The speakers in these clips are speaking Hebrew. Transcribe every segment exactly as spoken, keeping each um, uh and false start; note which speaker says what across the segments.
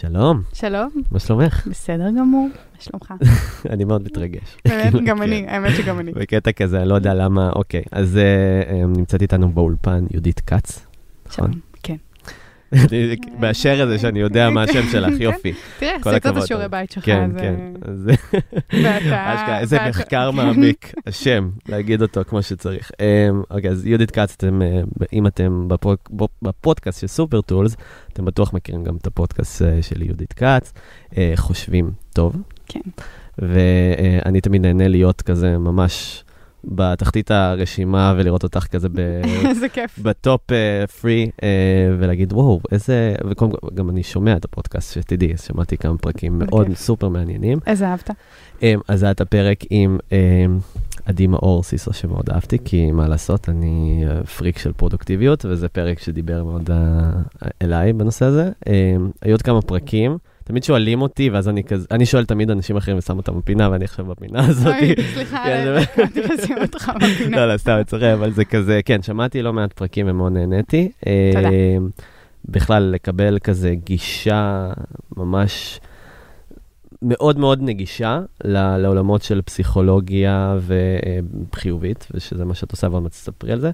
Speaker 1: שלום.
Speaker 2: שלום.
Speaker 1: מה שלומך?
Speaker 2: בסדר גמור, מה שלומך?
Speaker 1: אני מאוד מתרגש.
Speaker 2: באמת, גם אני, האמת שגם אני.
Speaker 1: בקטע כזה, אני לא יודע למה, אוקיי. אז נמצאת איתנו באולפן יהודית כץ.
Speaker 2: שלום, כן.
Speaker 1: באשר הזה שאני יודע מה השם שלך, יופי.
Speaker 2: תראה, עשית את השיעורי בית שלך.
Speaker 1: כן, כן. איזה מחקר מעמיק, השם, להגיד אותו כמו שצריך. אוקיי, אז יהודית כץ, אם אתם בפודקאסט של סופר טולס, אתם בטוח מכירים גם את הפודקאסט של יהודית כץ, חושבים טוב.
Speaker 2: כן.
Speaker 1: ואני תמיד נהנה להיות כזה ממש בתחתית הרשימה ולראות אותך כזה בטופ פרי, ולהגיד וואו, איזה, וגם אני שומע את הפודקאסט שתדעי, שמעתי כמה פרקים מאוד סופר מעניינים.
Speaker 2: איזה אהבת?
Speaker 1: אז זה היה את הפרק עם עדי מאור סיסו שמאוד אהבתי, כי מה לעשות, אני פריק של פרודוקטיביות, וזה פרק שדיבר מאוד אליי בנושא הזה. היו עוד כמה פרקים, תמיד שואלים אותי, ואז אני כזה, אני שואל תמיד אנשים אחרים ושם אותם בפינה, ואני עכשיו בפינה הזאת.
Speaker 2: אוי, סליחה, אני אשים אותך בפינה.
Speaker 1: לא, לא, סתם מצחק, אבל זה כזה, כן, שמעתי לא מעט פרקים ומאוד נהניתי.
Speaker 2: תודה.
Speaker 1: בכלל, לקבל כזה גישה ממש מאוד מאוד נגישה לעולמות של פסיכולוגיה וחיובית, ושזה מה שאת עושה, אבל תספרי על זה.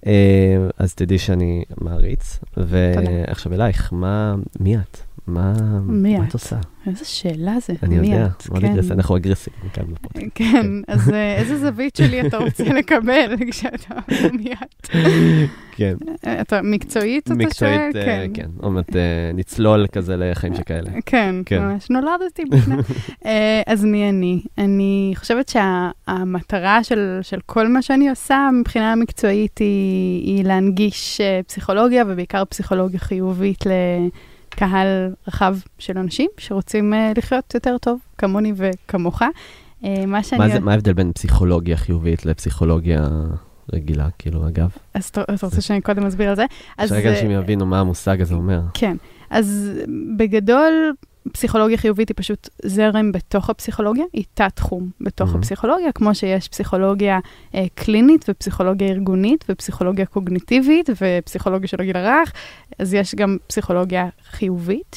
Speaker 1: אז תדעי שאני מעריץ. ועכשיו אלייך, מי את? מה את עושה?
Speaker 2: איזה שאלה זה.
Speaker 1: אני יודע, מאוד אגרסיבי, אנחנו אגרסיביים כאן בפודקאסט.
Speaker 2: כן, אז איזה זווית שלי אתה רוצה לקבל כשאתה מי את?
Speaker 1: כן.
Speaker 2: אתה מקצועית?
Speaker 1: מקצועית, כן. אומרת, נצלול כזה לחיים שכאלה.
Speaker 2: כן, ממש נולדתי בפני. אז מי אני? אני חושבת שהמטרה של כל מה שאני עושה מבחינה מקצועית היא להנגיש פסיכולוגיה, ובעיקר פסיכולוגיה חיובית ל... קהל רחב של אנשים שרוצים uh, לחיות יותר טוב, כמוני וכמוך. Uh, מה שאני... מה
Speaker 1: זה, מה ההבדל בין פסיכולוגיה חיובית לפסיכולוגיה רגילה, כאילו, אגב?
Speaker 2: אז אתה רוצה שאני קודם אסביר על זה?
Speaker 1: שרגע אנשים יבינו מה המושג הזה אומר.
Speaker 2: כן. אז בגדול, פסיכולוגיה חיובית היא פשוט זרם בתוך הפסיכולוגיה, היא תת-תחום בתוך הפסיכולוגיה, כמו שיש פסיכולוגיה אה, קלינית ופסיכולוגיה ארגונית ופסיכולוגיה קוגניטיבית ופסיכולוגיה של הגיל הרך, אז יש גם פסיכולוגיה חיובית,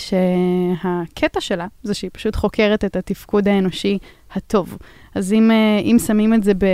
Speaker 2: שהקטע שלה זה שהיא פשוט חוקרת את התפקוד האנושי הטוב. אז אם, אם שמים את זה ב,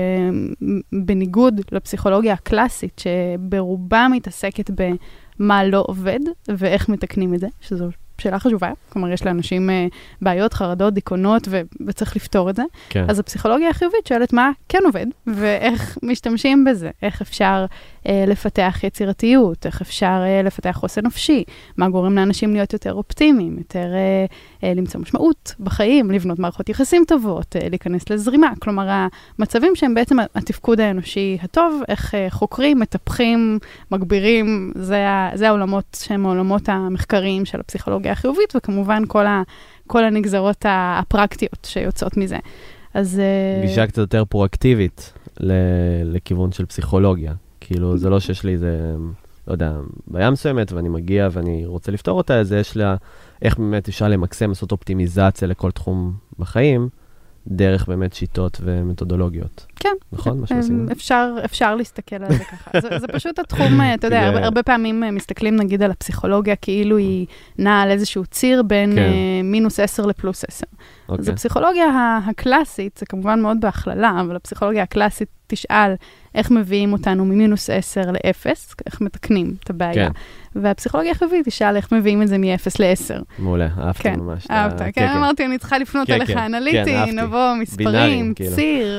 Speaker 2: בניגוד לפסיכולוגיה הקלאסית, שברובה מתעסקת במה לא עובד ואיך מתקנים את זה, שזו שאלה חשובה, כלומר יש לאנשים בעיות, חרדות, דיכאונות, וצריך לפתור את זה. כן. אז הפסיכולוגיה החיובית שואלת מה כן עובד, ואיך משתמשים בזה, איך אפשר אה, לפתח יצירתיות, איך אפשר אה, לפתח חוסן נפשי, מה גורם לאנשים להיות יותר אופטימיים, יותר אה, אה, למצוא משמעות בחיים, לבנות מערכות יחסים טובות, אה, להיכנס לזרימה, כלומר המצבים שהם בעצם התפקוד האנושי הטוב, איך אה, חוקרים, מטפחים, מגבירים, זה, זה העולמות שהם העולמות המחקריים של הפסיכולוגיה החיובית, וכמובן כל, ה, כל הנגזרות הפרקטיות שיוצאות מזה. אז...
Speaker 1: גישה קצת יותר פרואקטיבית לכיוון של פסיכולוגיה. כאילו, זה לא שיש לי איזה, לא יודע, בעיה מסוימת, ואני מגיע ואני רוצה לפתור אותה, אז יש לה, איך באמת אפשר למקסם, לעשות אופטימיזציה לכל תחום בחיים, דרך באמת שיטות ומתודולוגיות.
Speaker 2: כן.
Speaker 1: נכון? מה שעושים?
Speaker 2: אפשר, אפשר להסתכל על זה ככה. זה, זה פשוט התחום, אתה יודע, הרבה, הרבה פעמים מסתכלים נגיד על הפסיכולוגיה, כאילו היא נעה על איזשהו ציר בין מינוס עשר לפלוס עשר. אז הפסיכולוגיה הקלאסית, זה כמובן מאוד בהכללה, אבל הפסיכולוגיה הקלאסית תשאל איך מביאים אותנו ממינוס עשר לאפס, איך מתקנים את הבעיה. והפסיכולוגיה החיובית תשאל איך מביאים את זה מ-אפס ל-עשר.
Speaker 1: מעולה, אהבתי ממש.
Speaker 2: אהבת, כן, אמרתי, אני צריכה לפנות אליך אנליטי, נבוא, מספרים, ציר.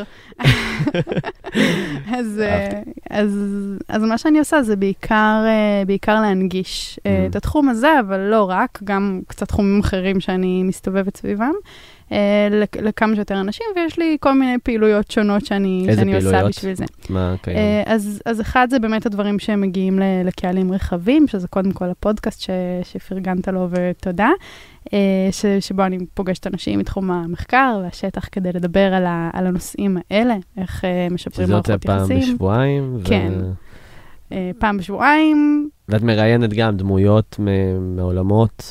Speaker 2: אז מה שאני עושה זה בעיקר להנגיש את התחום הזה, אבל לא רק, גם קצת תחומים אחרים שאני מסתובבת סביבם. לכמה שיותר אנשים, ויש לי כל מיני פעילויות שונות שאני עושה בשביל זה.
Speaker 1: מה קיים?
Speaker 2: אז אחד זה באמת הדברים שהם מגיעים לקהלים רחבים, שזה קודם כל הפודקאסט שפרגנת לו ותודה, שבו אני פוגשת אנשים מתחום המחקר והשטח כדי לדבר על הנושאים האלה, איך משפרים מערכות יחסים.
Speaker 1: שזה יוצא פעם בשבועיים?
Speaker 2: כן. פעם בשבועיים.
Speaker 1: ואת מראיינת גם דמויות מעולמות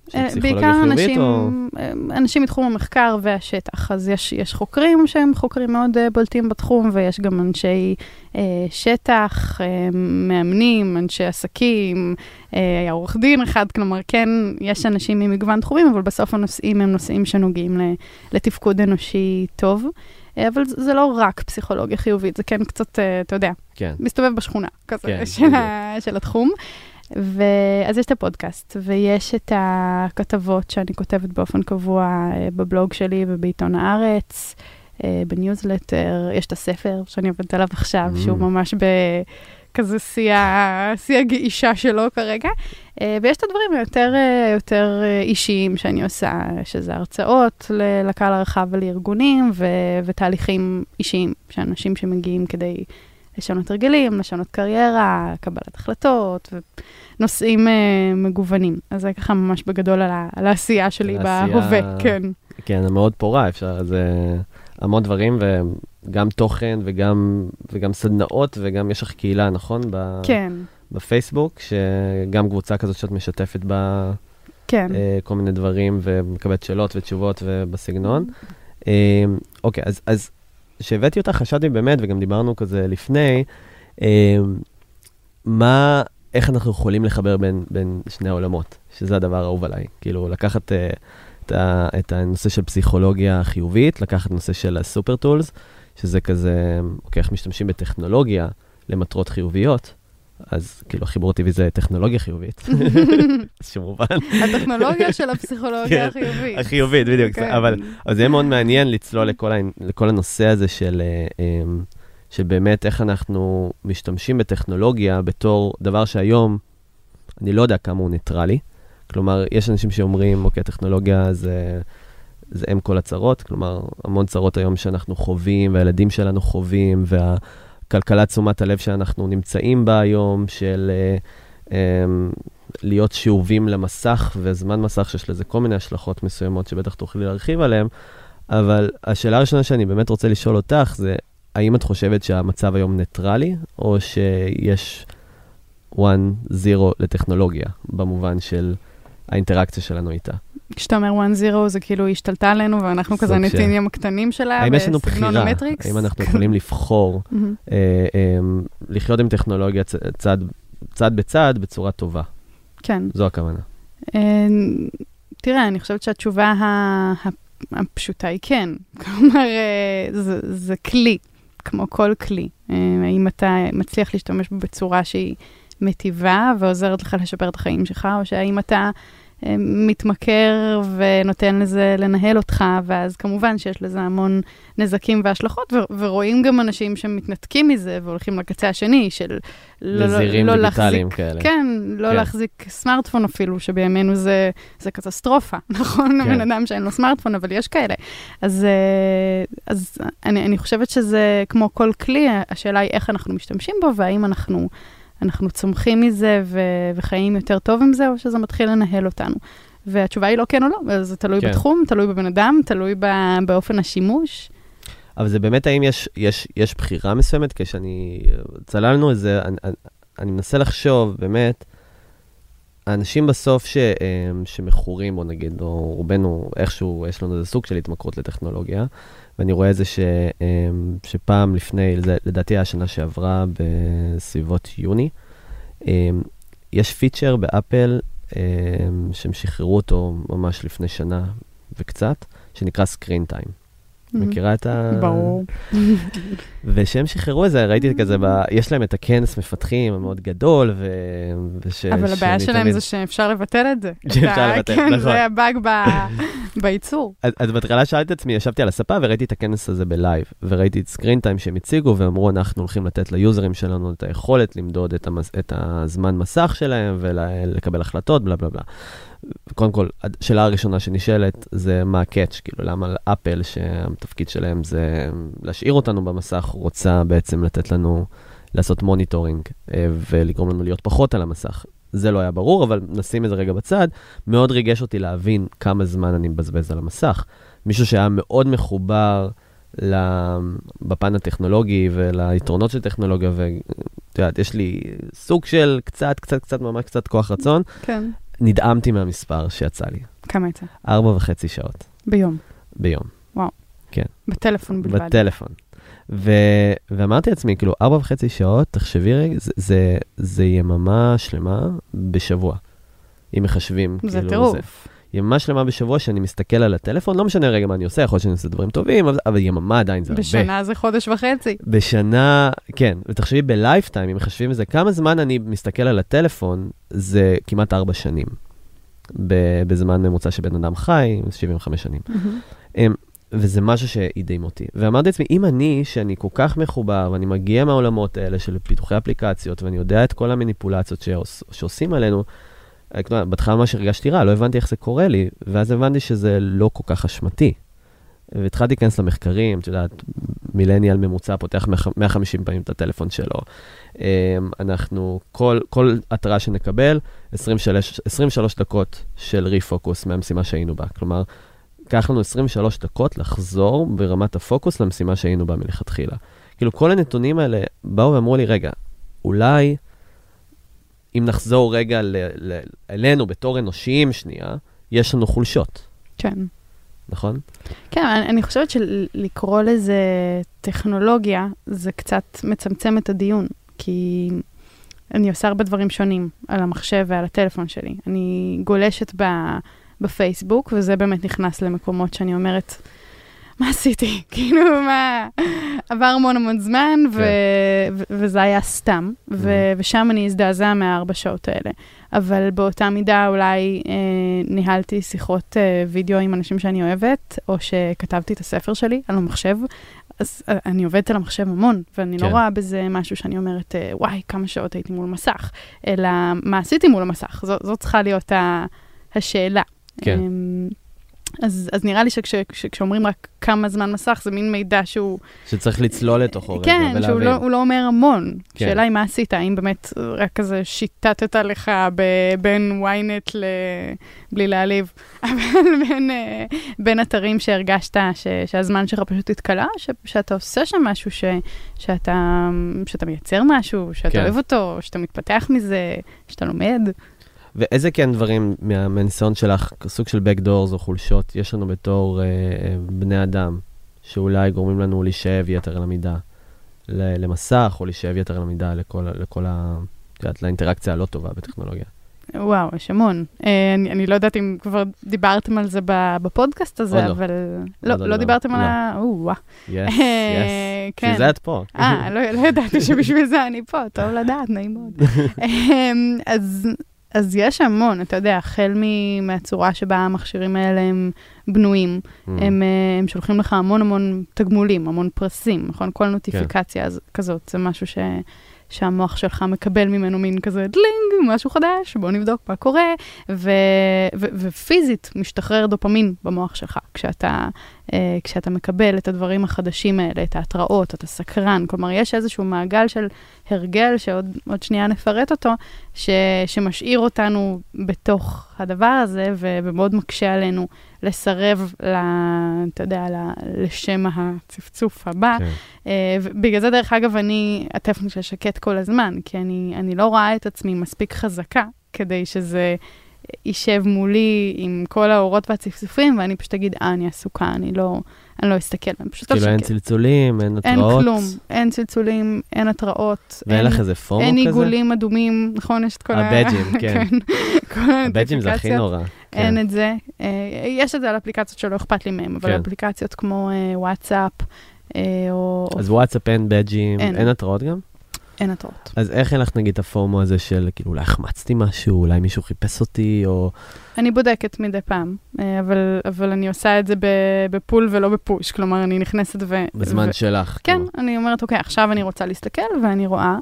Speaker 1: של פסיכולוגיה חיובית? או...
Speaker 2: אנשים מתחום המחקר והשטח, אז יש, יש חוקרים שהם חוקרים מאוד בולטים בתחום, ויש גם אנשי אה, שטח, אה, מאמנים, אנשי עסקים, היה עורך דין אחד, כלומר, כן, יש אנשים ממגוון תחומים, אבל בסוף הנושאים הם נושאים שנוגעים לתפקוד אנושי טוב. אבל זה לא רק פסיכולוגיה חיובית, זה כן קצת, אתה יודע, כן. מסתובב בשכונה, כזה, כן, של, ה, של התחום. ואז יש את הפודקאסט, ויש את הכתבות שאני כותבת באופן קבוע בבלוג שלי ובעיתון הארץ, בניוזלטר, יש את הספר שאני עובדת עליו עכשיו, mm. שהוא ממש ב... כזה שיא הגאישה שלו כרגע, ויש את הדברים היותר יותר אישיים שאני עושה, שזה הרצאות לקהל הרחב ולארגונים, ותהליכים אישיים, שאנשים שמגיעים כדי לשנות הרגלים, לשנות קריירה, קבלת החלטות, ונושאים מגוונים. אז זה ככה ממש בגדול על העשייה שלי בהווה, כן.
Speaker 1: כן, זה מאוד פורה, אפשר, זה המון דברים, ו... גם תוכן וגם, וגם סדנאות, וגם יש לך קהילה, נכון? ב,
Speaker 2: כן.
Speaker 1: בפייסבוק, שגם קבוצה כזאת שאת משתפת בה
Speaker 2: כן.
Speaker 1: אה, כל מיני דברים, ומקבלת שאלות ותשובות ובסגנון. אה, אוקיי, אז, אז שהבאתי אותך, חשבתי באמת, וגם דיברנו כזה לפני, אה, מה, איך אנחנו יכולים לחבר בין, בין שני העולמות, שזה הדבר האהוב עליי. כאילו, לקחת אה, את, ה, את הנושא של פסיכולוגיה חיובית, לקחת נושא של הסופר טולס, שזה כזה, אוקיי, איך משתמשים בטכנולוגיה למטרות חיוביות, אז כאילו החיבור הטבעי זה טכנולוגיה חיובית. שום מובן.
Speaker 2: הטכנולוגיה של הפסיכולוגיה החיובית.
Speaker 1: החיובית, בדיוק. אבל זה יהיה מאוד מעניין לצלול לכל הנושא הזה של באמת איך אנחנו משתמשים בטכנולוגיה בתור דבר שהיום, אני לא יודע כמה הוא ניטרלי. כלומר, יש אנשים שאומרים, אוקיי, טכנולוגיה זה... זה הם כל הצרות, כלומר, המון צרות היום שאנחנו חווים, והילדים שלנו חווים, והכלכלת תשומת הלב שאנחנו נמצאים בה היום, של אה, אה, להיות שאובים למסך, וזמן מסך שיש לזה כל מיני השלכות מסוימות, שבטח תוכלי להרחיב עליהן, אבל השאלה הראשונה שאני באמת רוצה לשאול אותך, זה, האם את חושבת שהמצב היום ניטרלי, או שיש one zero לטכנולוגיה, במובן של האינטראקציה שלנו איתה?
Speaker 2: כשאתה אומר one zero, זה כאילו השתלטה עלינו, ואנחנו כזה הנתינים הקטנים שלה,
Speaker 1: האם יש לנו בחירה? האם אנחנו יכולים לבחור לחיות עם טכנולוגיה צד בצד בצורה טובה?
Speaker 2: כן.
Speaker 1: זו הכוונה.
Speaker 2: תראה, אני חושבת שהתשובה הפשוטה היא כן. כלומר, זה כלי, כמו כל כלי. האם אתה מצליח להשתמש בו בצורה שהיא מטיבה, ועוזרת לך לשפר את החיים שלך, או שהאם אתה מתמכר ונותן לזה לנהל אותך, ואז כמובן שיש לזה המון נזקים והשלכות, ו- ורואים גם אנשים שמתנתקים מזה, והולכים לקצה השני של
Speaker 1: נזירים
Speaker 2: לא, לא
Speaker 1: דיגיטליים
Speaker 2: להחזיק,
Speaker 1: כאלה.
Speaker 2: כן, לא כן. להחזיק סמארטפון אפילו, שבימינו זה, זה קטסטרופה, נכון? כן. בן אדם שאין לו סמארטפון, אבל יש כאלה. אז, אז אני, אני חושבת שזה כמו כל כלי, השאלה היא איך אנחנו משתמשים בו, והאם אנחנו... אנחנו צומחים מזה ו- וחיים יותר טוב עם זה, או שזה מתחיל לנהל אותנו. והתשובה היא לא כן או לא, זה תלוי כן. בתחום, תלוי בבן אדם, תלוי ב- באופן השימוש.
Speaker 1: אבל זה באמת, האם יש, יש, יש בחירה מסוימת? כשאני, צללנו את זה, אני, אני מנסה לחשוב, באמת, האנשים בסוף ש, שמחורים, או נגיד, או רובנו, איכשהו, יש לנו איזה סוג של התמכרות לטכנולוגיה, ואני רואה את זה ש, שפעם לפני, לדעתי השנה שעברה בסביבות יוני, יש פיצ'ר באפל שהם שחררו אותו ממש לפני שנה וקצת, שנקרא סקרין טיים. מכירה את ה...
Speaker 2: ברור.
Speaker 1: ושהם שחררו את זה, ראיתי כזה, יש להם את הכנס מפתחים המאוד גדול, ו...
Speaker 2: אבל הבעיה שלהם זה שאפשר לבטל את זה.
Speaker 1: שאפשר לבטל, נכון.
Speaker 2: זה הבאג בייצור.
Speaker 1: אז בהתחלה שאלתי את עצמי, ישבתי על הספה וראיתי את הכנס הזה בלייב, וראיתי את סקרין טיים שהם הציגו, ואמרו, אנחנו הולכים לתת ליוזרים שלנו את היכולת למדוד את הזמן מסך שלהם, ולקבל החלטות, בלה בלה בלה. קודם כל, השאלה הראשונה שנשאלת זה מה הקאץ', כאילו למה אפל שהתפקיד שלהם זה להשאיר אותנו במסך, רוצה בעצם לתת לנו לעשות מוניטורינג ולגרום לנו להיות פחות על המסך. זה לא היה ברור, אבל נשים את זה רגע בצד. מאוד ריגש אותי להבין כמה זמן אני מבזבז על המסך. מישהו שהיה מאוד מחובר בפן הטכנולוגי וליתרונות של טכנולוגיה, ואת יודעת, יש לי סוג של קצת, קצת, קצת, ממש קצת כוח רצון.
Speaker 2: כן.
Speaker 1: נדאמתי מהמספר שיצא לי.
Speaker 2: כמה יצא?
Speaker 1: ארבע וחצי שעות.
Speaker 2: ביום.
Speaker 1: ביום.
Speaker 2: וואו.
Speaker 1: כן.
Speaker 2: בטלפון בלבד.
Speaker 1: בטלפון. ו- ואמרתי לעצמי, כאילו, ארבע וחצי שעות, תחשבי רגע, זה, זה, זה יממה שלמה בשבוע. אם מחשבים.
Speaker 2: זה
Speaker 1: כאילו,
Speaker 2: טירוף.
Speaker 1: זה, יממה שלמה בשבוע שאני מסתכל על הטלפון, לא משנה רגע מה אני עושה, יכול להיות שאני עושה דברים טובים, אבל, אבל יממה עדיין זה
Speaker 2: בשנה
Speaker 1: הרבה.
Speaker 2: בשנה זה חודש וחצי.
Speaker 1: בשנה, כן, ותחשבי בלייפטיים, אם מחשבים את זה, כמה זמן אני מסתכל על הטלפון, זה כמעט ארבע שנים. בזמן ממוצע שבן אדם חי, שבעים וחמש שנים. Mm-hmm. וזה משהו שהדהים אותי. ואמרתי לעצמי, אם אני, שאני כל כך מחובר, ואני מגיע מהעולמות האלה של פיתוחי אפליקציות, ואני יודע את כל המניפולציות שעוש, שעושים עלינו, בהתחלה מה שהרגשתי רע, לא הבנתי איך זה קורה לי, ואז הבנתי שזה לא כל כך אשמתי. והתחלתי להיכנס למחקרים, את יודעת, מילניאל ממוצע פותח מאה וחמישים פעמים את הטלפון שלו. אנחנו, כל, כל התראה שנקבל, עשרים ושלוש דקות של ריפוקוס מהמשימה שהיינו בה. כלומר, קח לנו עשרים ושלוש דקות לחזור ברמת הפוקוס למשימה שהיינו בה מלכתחילה. כאילו, כל הנתונים האלה באו ואמרו לי, רגע, אולי אם נחזור רגע ל- ל- אלינו בתור אנושיים שנייה, יש לנו חולשות.
Speaker 2: כן.
Speaker 1: נכון?
Speaker 2: כן, אני, אני חושבת שלקרוא לזה טכנולוגיה, זה קצת מצמצם את הדיון, כי אני עושה הרבה דברים שונים על המחשב ועל הטלפון שלי. אני גולשת ב, בפייסבוק, וזה באמת נכנס למקומות שאני אומרת, מה עשיתי? כאילו, מה... עבר המון המון זמן, ו... ו... וזה היה סתם, ו... ושם אני הזדעזע מהארבע שעות האלה. אבל באותה מידה אולי אה, ניהלתי שיחות אה, וידאו עם אנשים שאני אוהבת, או שכתבתי את הספר שלי על המחשב, אז אה, אני עובדת על המחשב המון, ואני כן. לא רואה בזה משהו שאני אומרת, אה, וואי, כמה שעות הייתי מול מסך, אלא מה עשיתי מול המסך? זו, זו צריכה להיות ה... השאלה.
Speaker 1: כן. אה,
Speaker 2: אז, אז נראה לי שכשאומרים רק כמה זמן מסך, זה מין מידע שהוא...
Speaker 1: שצריך לצלול לתוכו רגע
Speaker 2: כן,
Speaker 1: ולהבין.
Speaker 2: שהוא לא, הוא לא אומר המון.
Speaker 1: כן.
Speaker 2: שאלה היא מה עשית, האם באמת רק כזה שיטטת לך ב- בין וויינט ל... בלי להעליב, אבל בין, בין אתרים שהרגשת ש, שהזמן שלך פשוט התקלה, ש, שאתה עושה שם משהו, ש, שאתה, שאתה מייצר משהו, שאתה כן. אוהב אותו, שאתה מתפתח מזה, שאתה לומד.
Speaker 1: ואיזה כן דברים מה, מהניסיון שלך, סוג של backdoors או חולשות, יש לנו בתור אה, בני אדם, שאולי גורמים לנו להישאב יתר למידה, למסך, או להישאב יתר למידה לכל, לכל ה, יודעת, לאינטראקציה הלא טובה בטכנולוגיה?
Speaker 2: וואו, יש המון. אה, אני, אני לא יודעת אם כבר דיברתם על זה בפודקאסט הזה,
Speaker 1: לא.
Speaker 2: אבל... לא, לא, לא דיברתם
Speaker 1: לא.
Speaker 2: על ה... או, וואו.
Speaker 1: יס, יס. בשביל זה את פה.
Speaker 2: אה, לא, לא ידעתי שבשביל זה אני פה, טוב לדעת, נעים מאוד. אז... אז יש המון, אתה יודע, החל מהצורה שבה המכשירים האלה הם בנויים, mm. הם, הם שולחים לך המון המון תגמולים, המון פרסים, נכון? כל נוטיפיקציה כן. כזאת, זה משהו ש, שהמוח שלך מקבל ממנו מין כזה דלינג, משהו חדש, בוא נבדוק מה קורה, ו, ו, ופיזית משתחרר דופמין במוח שלך, כשאתה, אה, כשאתה מקבל את הדברים החדשים האלה, את ההתראות, אתה סקרן, כלומר, יש איזשהו מעגל של הרגל, שעוד עוד שנייה נפרט אותו, ש, שמשאיר אותנו בתוך הדבר הזה, ו, ומאוד מקשה עלינו לסרב, ל, אתה יודע, ל, לשם הצפצוף הבא. כן. אה, בגלל זה, דרך אגב, אני, הטלפון שלי שקט כל הזמן, כי אני, אני לא רואה את עצמי מספיק חזקה, כדי שזה יישב מולי עם כל האורות והצפצופים, ואני פשוט אגיד, אה, אני עסוקה, אני לא, אני לא אסתכל, אני פשוט לא שקט.
Speaker 1: כאילו אין צלצולים, אין התראות.
Speaker 2: אין כלום, אין צלצולים, אין התראות.
Speaker 1: ואין לך איזה פומו כזה?
Speaker 2: אין עיגולים אדומים, נכון? יש את כל ה...
Speaker 1: הבדג'ים, כן. הבדג'ים זה הכי נורא.
Speaker 2: אין את זה. יש את זה על אפליקציות שלא אכפת לי מהם, אבל אפליקציות כמו וואטסאפ, או...
Speaker 1: אז וואטסאפ אין בדג'ים, אין התראות גם?
Speaker 2: אין התראות.
Speaker 1: אז איך אין לך נגיד הפורמו הזה של, כאילו, אולי החמצתי משהו, אולי מישהו חיפש אותי, או...
Speaker 2: אני בודקת מדי פעם, אבל, אבל אני עושה את זה בפול ולא בפוש, כלומר, אני נכנסת ו...
Speaker 1: בזמן
Speaker 2: ו...
Speaker 1: שלך.
Speaker 2: כן, כמו. אני אומרת, אוקיי, עכשיו אני רוצה להסתכל, ואני רואה,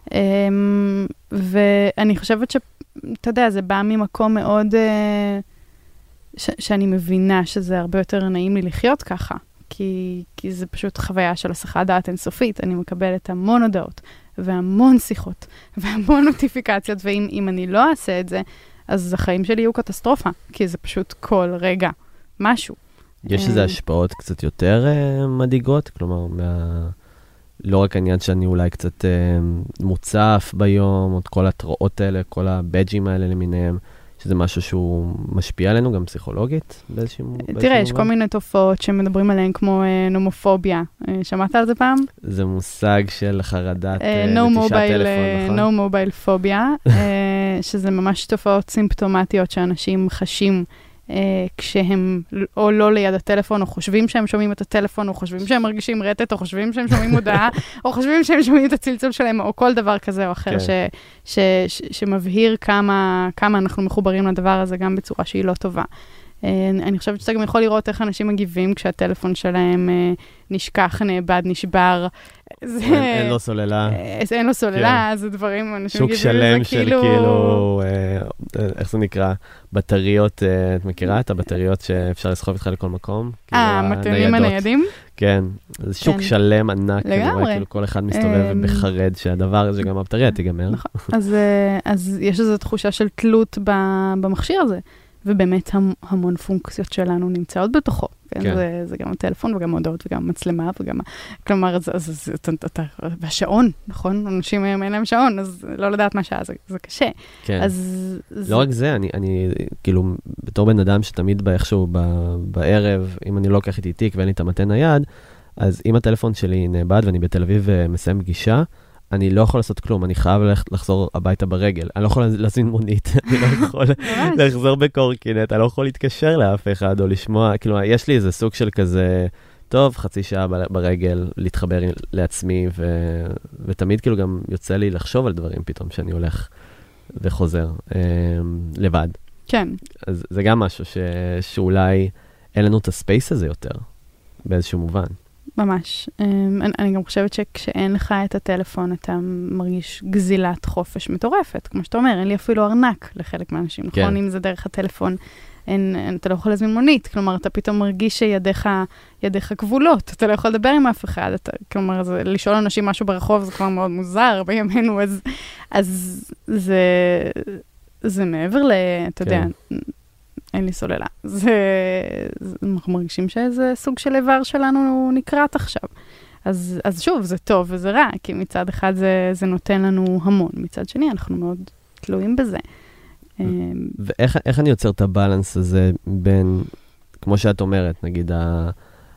Speaker 2: ואני חושבת ש... אתה יודע, זה בא ממקום מאוד... ש... שאני מבינה שזה הרבה יותר נעים לי לחיות ככה, כי, כי זה פשוט חוויה של הסחת דעת אינסופית, אני מקבלת המון הודעות, והמון שיחות, והמון נוטיפיקציות, ואם אם אני לא אעשה את זה, אז החיים שלי יהיו קטסטרופה, כי זה פשוט כל רגע משהו.
Speaker 1: יש איזה השפעות קצת יותר uh, מדאיגות? כלומר, מה... לא רק העניין שאני אולי קצת uh, מוצף ביום, עוד כל התראות האלה, כל הבדג'ים האלה למיניהם, יש שזה משהו שהוא משפיע עלינו גם פסיכולוגית באיזשהו...
Speaker 2: תראה, יש כל מיני תופעות שמדברים עליהן כמו נומופוביה. שמעת על זה פעם?
Speaker 1: זה מושג של חרדת נטישת טלפון,
Speaker 2: נכון? no mobile phobia, שזה ממש תופעות סימפטומטיות שאנשים חשים כשהם או לא ליד הטלפון, או חושבים שהם שומעים את הטלפון, או חושבים שהם מרגישים רטט, או חושבים שהם שומעים הודעה, או חושבים שהם שומעים את הצלצול שלהם, או כל דבר כזה או אחר שמבהיר כמה אנחנו מחוברים לדבר הזה, גם בצורה שהיא לא טובה. אני חושבת שאתה גם יכול לראות איך אנשים מגיבים כשהטלפון שלהם נשכח, נאבד, נשבר.
Speaker 1: אין לו סוללה.
Speaker 2: אין לו סוללה, זה דברים, אנשים
Speaker 1: מגיבים לזה כאילו... שוק שלם של כאילו, איך זה נקרא? בטריות, את מכירה את הבטריות שאפשר לסחוב איתך לכל מקום?
Speaker 2: אה, מטענים הניידים?
Speaker 1: כן, זה שוק שלם ענק, כאילו כל אחד מסתובב בחרד שהדבר הזה, גם הבטריה תיגמר.
Speaker 2: נכון, אז יש איזו תחושה של תלות במכשיר הזה. ובאמת המון פונקציות שלנו נמצאות בתוכו. כן? כן. זה, זה גם הטלפון וגם הודעות וגם מצלמה וגם... כלומר, זה, זה, זה, זה, אתה, והשעון, נכון? אנשים היום אין להם שעון, אז לא לדעת מה שעה, זה, זה קשה.
Speaker 1: כן.
Speaker 2: אז...
Speaker 1: לא
Speaker 2: זה...
Speaker 1: רק זה, אני, אני כאילו, בתור בן אדם שתמיד באיכשהו ב, בערב, אם אני לא לוקח איתי תיק ואין לי את המתן נייד, אז אם הטלפון שלי נאבד ואני בתל אביב מסיים פגישה, אני לא יכול לעשות כלום, אני חייב לחזור הביתה ברגל. אני לא יכול להזמין מונית, אני לא יכול לחזור בקורקינט, אני לא יכול להתקשר לאף אחד או לשמוע, כאילו, יש לי איזה סוג של כזה, טוב, חצי שעה ברגל, להתחבר לעצמי, ו- ותמיד כאילו גם יוצא לי לחשוב על דברים פתאום, שאני הולך וחוזר לבד.
Speaker 2: כן.
Speaker 1: אז זה גם משהו ש- שאולי אין לנו את הספייס הזה יותר, באיזשהו מובן.
Speaker 2: ממש. אני, אני גם חושבת שכשאין לך את הטלפון, אתה מרגיש גזילת חופש מטורפת. כמו שאתה אומר, אין לי אפילו ארנק לחלק מהאנשים, כן. נכון? אם זה דרך הטלפון, אין, אין, אתה לא יכול להזמין מונית. כלומר, אתה פתאום מרגיש שידיך ידיך כבולות. אתה לא יכול לדבר עם אף אחד. אתה, כלומר, זה, לשאול אנשים משהו ברחוב זה כבר מאוד מוזר בימינו. אז, אז זה, זה מעבר ל... אתה כן. יודע... אין לי סוללה. זה, זה, אנחנו מרגישים שאיזה סוג של איבר שלנו נקראת עכשיו. אז, אז שוב, זה טוב וזה רע, כי מצד אחד זה, זה נותן לנו המון. מצד שני, אנחנו מאוד תלויים בזה.
Speaker 1: ואיך איך אני יוצר את הבלנס הזה בין, כמו שאת אומרת, נגיד, ה,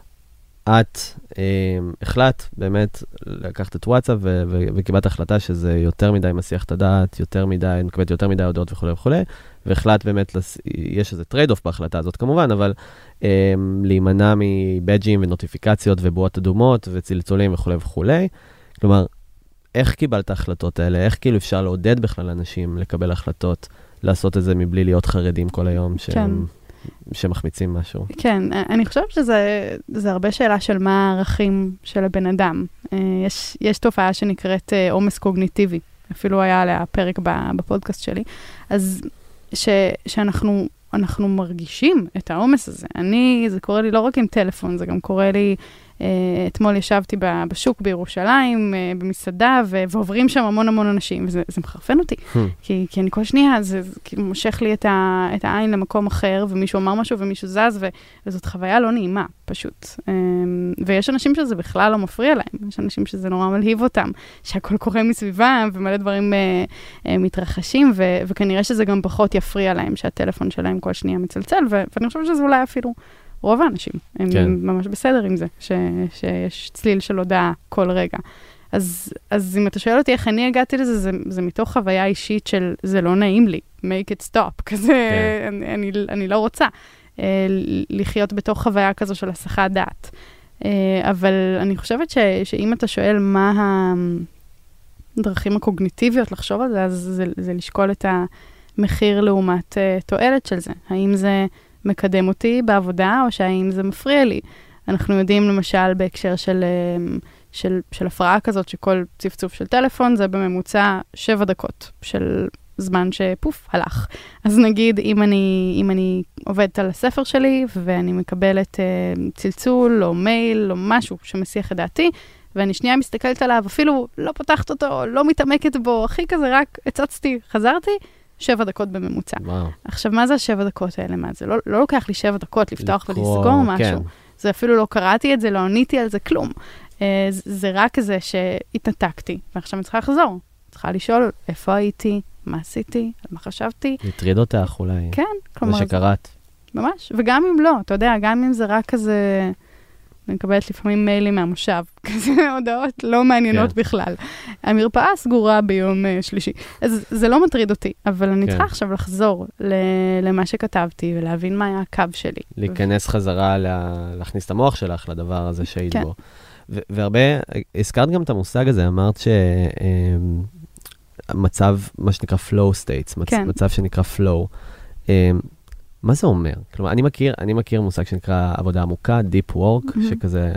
Speaker 1: את אה, החלט באמת לקחת את וואטסאפ ו- ו- וקיבלת החלטה שזה יותר מדי מסיח את הדעת, יותר מדי, נקבלת יותר מדי הודעות וכו' וכו', והחלט באמת, לס... יש איזה טרייד-אוף בהחלטה הזאת כמובן, אבל אה, להימנע מבאג'ים ונוטיפיקציות ובועות אדומות וצלצולים וכו' וכו'. כלומר, איך קיבלת ההחלטות האלה? איך כאילו אפשר לעודד בכלל אנשים לקבל החלטות, לעשות את זה מבלי להיות חרדים כל היום שהם... כן. שמחמיצים משהו.
Speaker 2: כן, אני חושבת שזה זה הרבה שאלה של מה הערכים של הבן אדם. יש, יש תופעה שנקראת עומס קוגניטיבי, אפילו היה עליה פרק בפודקאסט שלי, אז ש, שאנחנו אנחנו מרגישים את העומס הזה. אני, זה קורה לי לא רק עם טלפון, זה גם קורה לי, אתמול ישבתי בשוק בירושלים, במסעדה, ועוברים שם המון המון אנשים, וזה מחרפן אותי. כי אני כל שנייה, זה מושך לי את העין למקום אחר, ומישהו אמר משהו ומישהו זז, וזאת חוויה לא נעימה, פשוט. ויש אנשים שזה בכלל לא מפריע להם, יש אנשים שזה נורא מלהיב אותם, שהכל קורה מסביבם, ומלא דברים מתרחשים, וכנראה שזה גם פחות יפריע להם, שהטלפון שלהם כל שנייה מצלצל, ואני חושבת שזה אולי אפילו... רוב האנשים, הם כן. ממש בסדר עם זה, ש, שיש צליל של הודעה כל רגע. אז, אז אם אתה שואל אותי איך אני הגעתי לזה, זה, זה מתוך חוויה אישית של זה לא נעים לי, make it stop, כזה, כן. אני, אני, אני לא רוצה אה, לחיות בתוך חוויה כזו של הסחת דעת. אה, אבל אני חושבת ש, שאם אתה שואל מה הדרכים הקוגניטיביות לחשוב על זה, אז זה, זה לשקול את המחיר לעומת אה, תועלת של זה. האם זה... מקדם אותי בעבודה, או שהאם זה מפריע לי. אנחנו יודעים למשל בהקשר של, של, של הפרעה כזאת, שכל צפצוף של טלפון זה בממוצע שבע דקות של זמן שפוף, הלך. אז נגיד, אם אני, אם אני עובדת על הספר שלי, ואני מקבלת צלצול, או מייל, או משהו שמסיח את דעתי, ואני שנייה מסתכלת עליו, אפילו לא פותחת אותו, לא מתעמקת בו, הכי כזה רק הצצתי, חזרתי, שבע דקות בממוצע. וואו. עכשיו, מה זה השבע דקות האלה? מה זה? לא, לא לוקח לי שבע דקות לפתוח לקרוא, ולסגור משהו. כן. זה אפילו לא קראתי את זה, לא עניתי על זה, כלום. זה, זה רק זה שהתנתקתי, ועכשיו אני צריכה לחזור. צריכה לשאול איפה הייתי, מה עשיתי, על מה חשבתי.
Speaker 1: לטריד אותך אולי.
Speaker 2: כן, כלומר...
Speaker 1: מה שקראת.
Speaker 2: ממש, וגם אם לא, אתה יודע, גם אם זה רק כזה... אני מקבלת לפעמים מיילים מהמושב, כזה הודעות לא מעניינות כן. בכלל. המרפאה סגורה ביום uh, שלישי. אז זה לא מטריד אותי, אבל אני כן. צריכה עכשיו לחזור ל- למה שכתבתי, ולהבין מה היה הקו שלי.
Speaker 1: להיכנס ו... חזרה, לה... להכניס את המוח שלך לדבר הזה שהיית
Speaker 2: כן.
Speaker 1: בו. ו- והרבה, הזכרת גם את המושג הזה, אמרת שמצב, מה שנקרא flow states, מצ... כן. מצב שנקרא flow. מה זה אומר? כלומר, אני מכיר, אני מכיר מושג שנקרא עבודה עמוקה, deep work, mm-hmm. שכזה,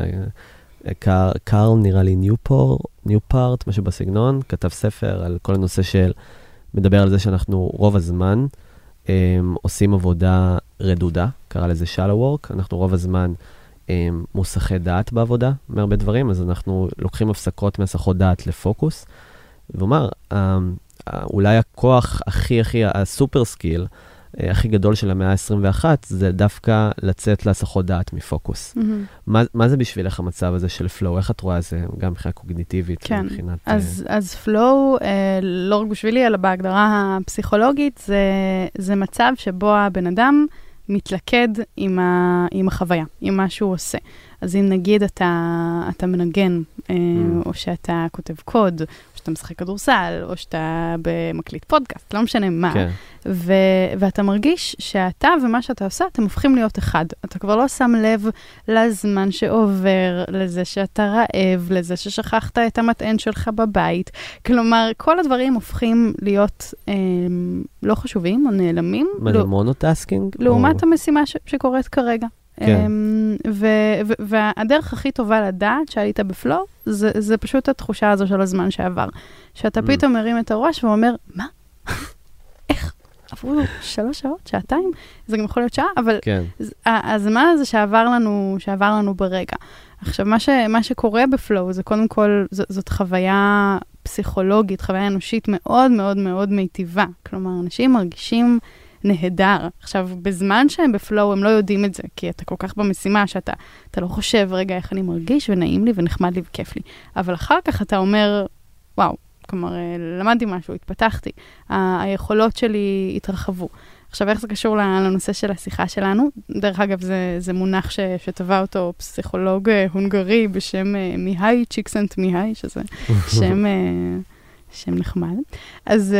Speaker 1: קארל, קארל נראה לי ניופור, ניופארט, משהו בסגנון, כתב ספר על כל הנושא של, מדבר על זה שאנחנו רוב הזמן הם, עושים עבודה רדודה, קרא לזה shallow work, אנחנו רוב הזמן הם, מוסחי דעת בעבודה, מהרבה דברים, אז אנחנו לוקחים הפסקות מהסחות דעת לפוקוס, ואומר, אולי הכוח הכי הכי, הסופר סקיל, הכי גדול של המאה ה-עשרים ואחת, זה דווקא לצאת להסחות דעת מפוקוס. Mm-hmm. מה, מה זה בשבילך המצב הזה של flow? איך את רואה זה גם מבחינה קוגניטיבית?
Speaker 2: כן,
Speaker 1: מבחינת,
Speaker 2: אז, uh... אז flow, uh, לא רק בשבילי, אלא בהגדרה הפסיכולוגית, זה, זה מצב שבו הבן אדם מתלכד עם, ה, עם החוויה, עם מה שהוא עושה. אז אם נגיד אתה, אתה מנגן, mm. או שאתה כותב קוד, או שאתה משחק כדורסל, או שאתה במקליט פודקאסט, לא משנה מה, כן. ו- ואתה מרגיש שאתה ומה שאתה עושה, אתם הופכים להיות אחד. אתה כבר לא שם לב לזמן שעובר, לזה שאתה רעב, לזה ששכחת את המטען שלך בבית. כלומר, כל הדברים הופכים להיות אה, לא חשובים או נעלמים.
Speaker 1: מה זה מונוטסקינג?
Speaker 2: לעומת או... המשימה ש- שקורית כרגע. כן. ו- ו- והדרך הכי טובה לדעת שהיית בפלואו, זה, זה פשוט התחושה הזו של הזמן שעבר. שאתה mm. פתאום מרים את הראש ואומר, מה? איך? עברו שלוש שעות, שעתיים? זה גם יכול להיות שעה, אבל כן. הזמן הזה שעבר לנו, שעבר לנו ברגע. עכשיו, מה, ש- מה שקורה בפלואו, זה קודם כל, ז- זאת חוויה פסיכולוגית, חוויה אנושית מאוד מאוד מאוד מיטיבה. כלומר, אנשים מרגישים נהדר. עכשיו, בזמן שהם בפלואו, הם לא יודעים את זה, כי אתה כל כך במשימה שאתה אתה לא חושב, רגע, איך אני מרגיש, ונעים לי, ונחמד לי, וכיף לי. אבל אחר כך אתה אומר, וואו, כלומר, למדתי משהו, התפתחתי, ה- היכולות שלי התרחבו. עכשיו, איך זה קשור לנושא של השיחה שלנו? דרך אגב, זה, זה מונח ש, שטבע אותו פסיכולוג הונגרי בשם מיהי צ'יקסנט מיהי, שזה שם, שם נחמד. אז...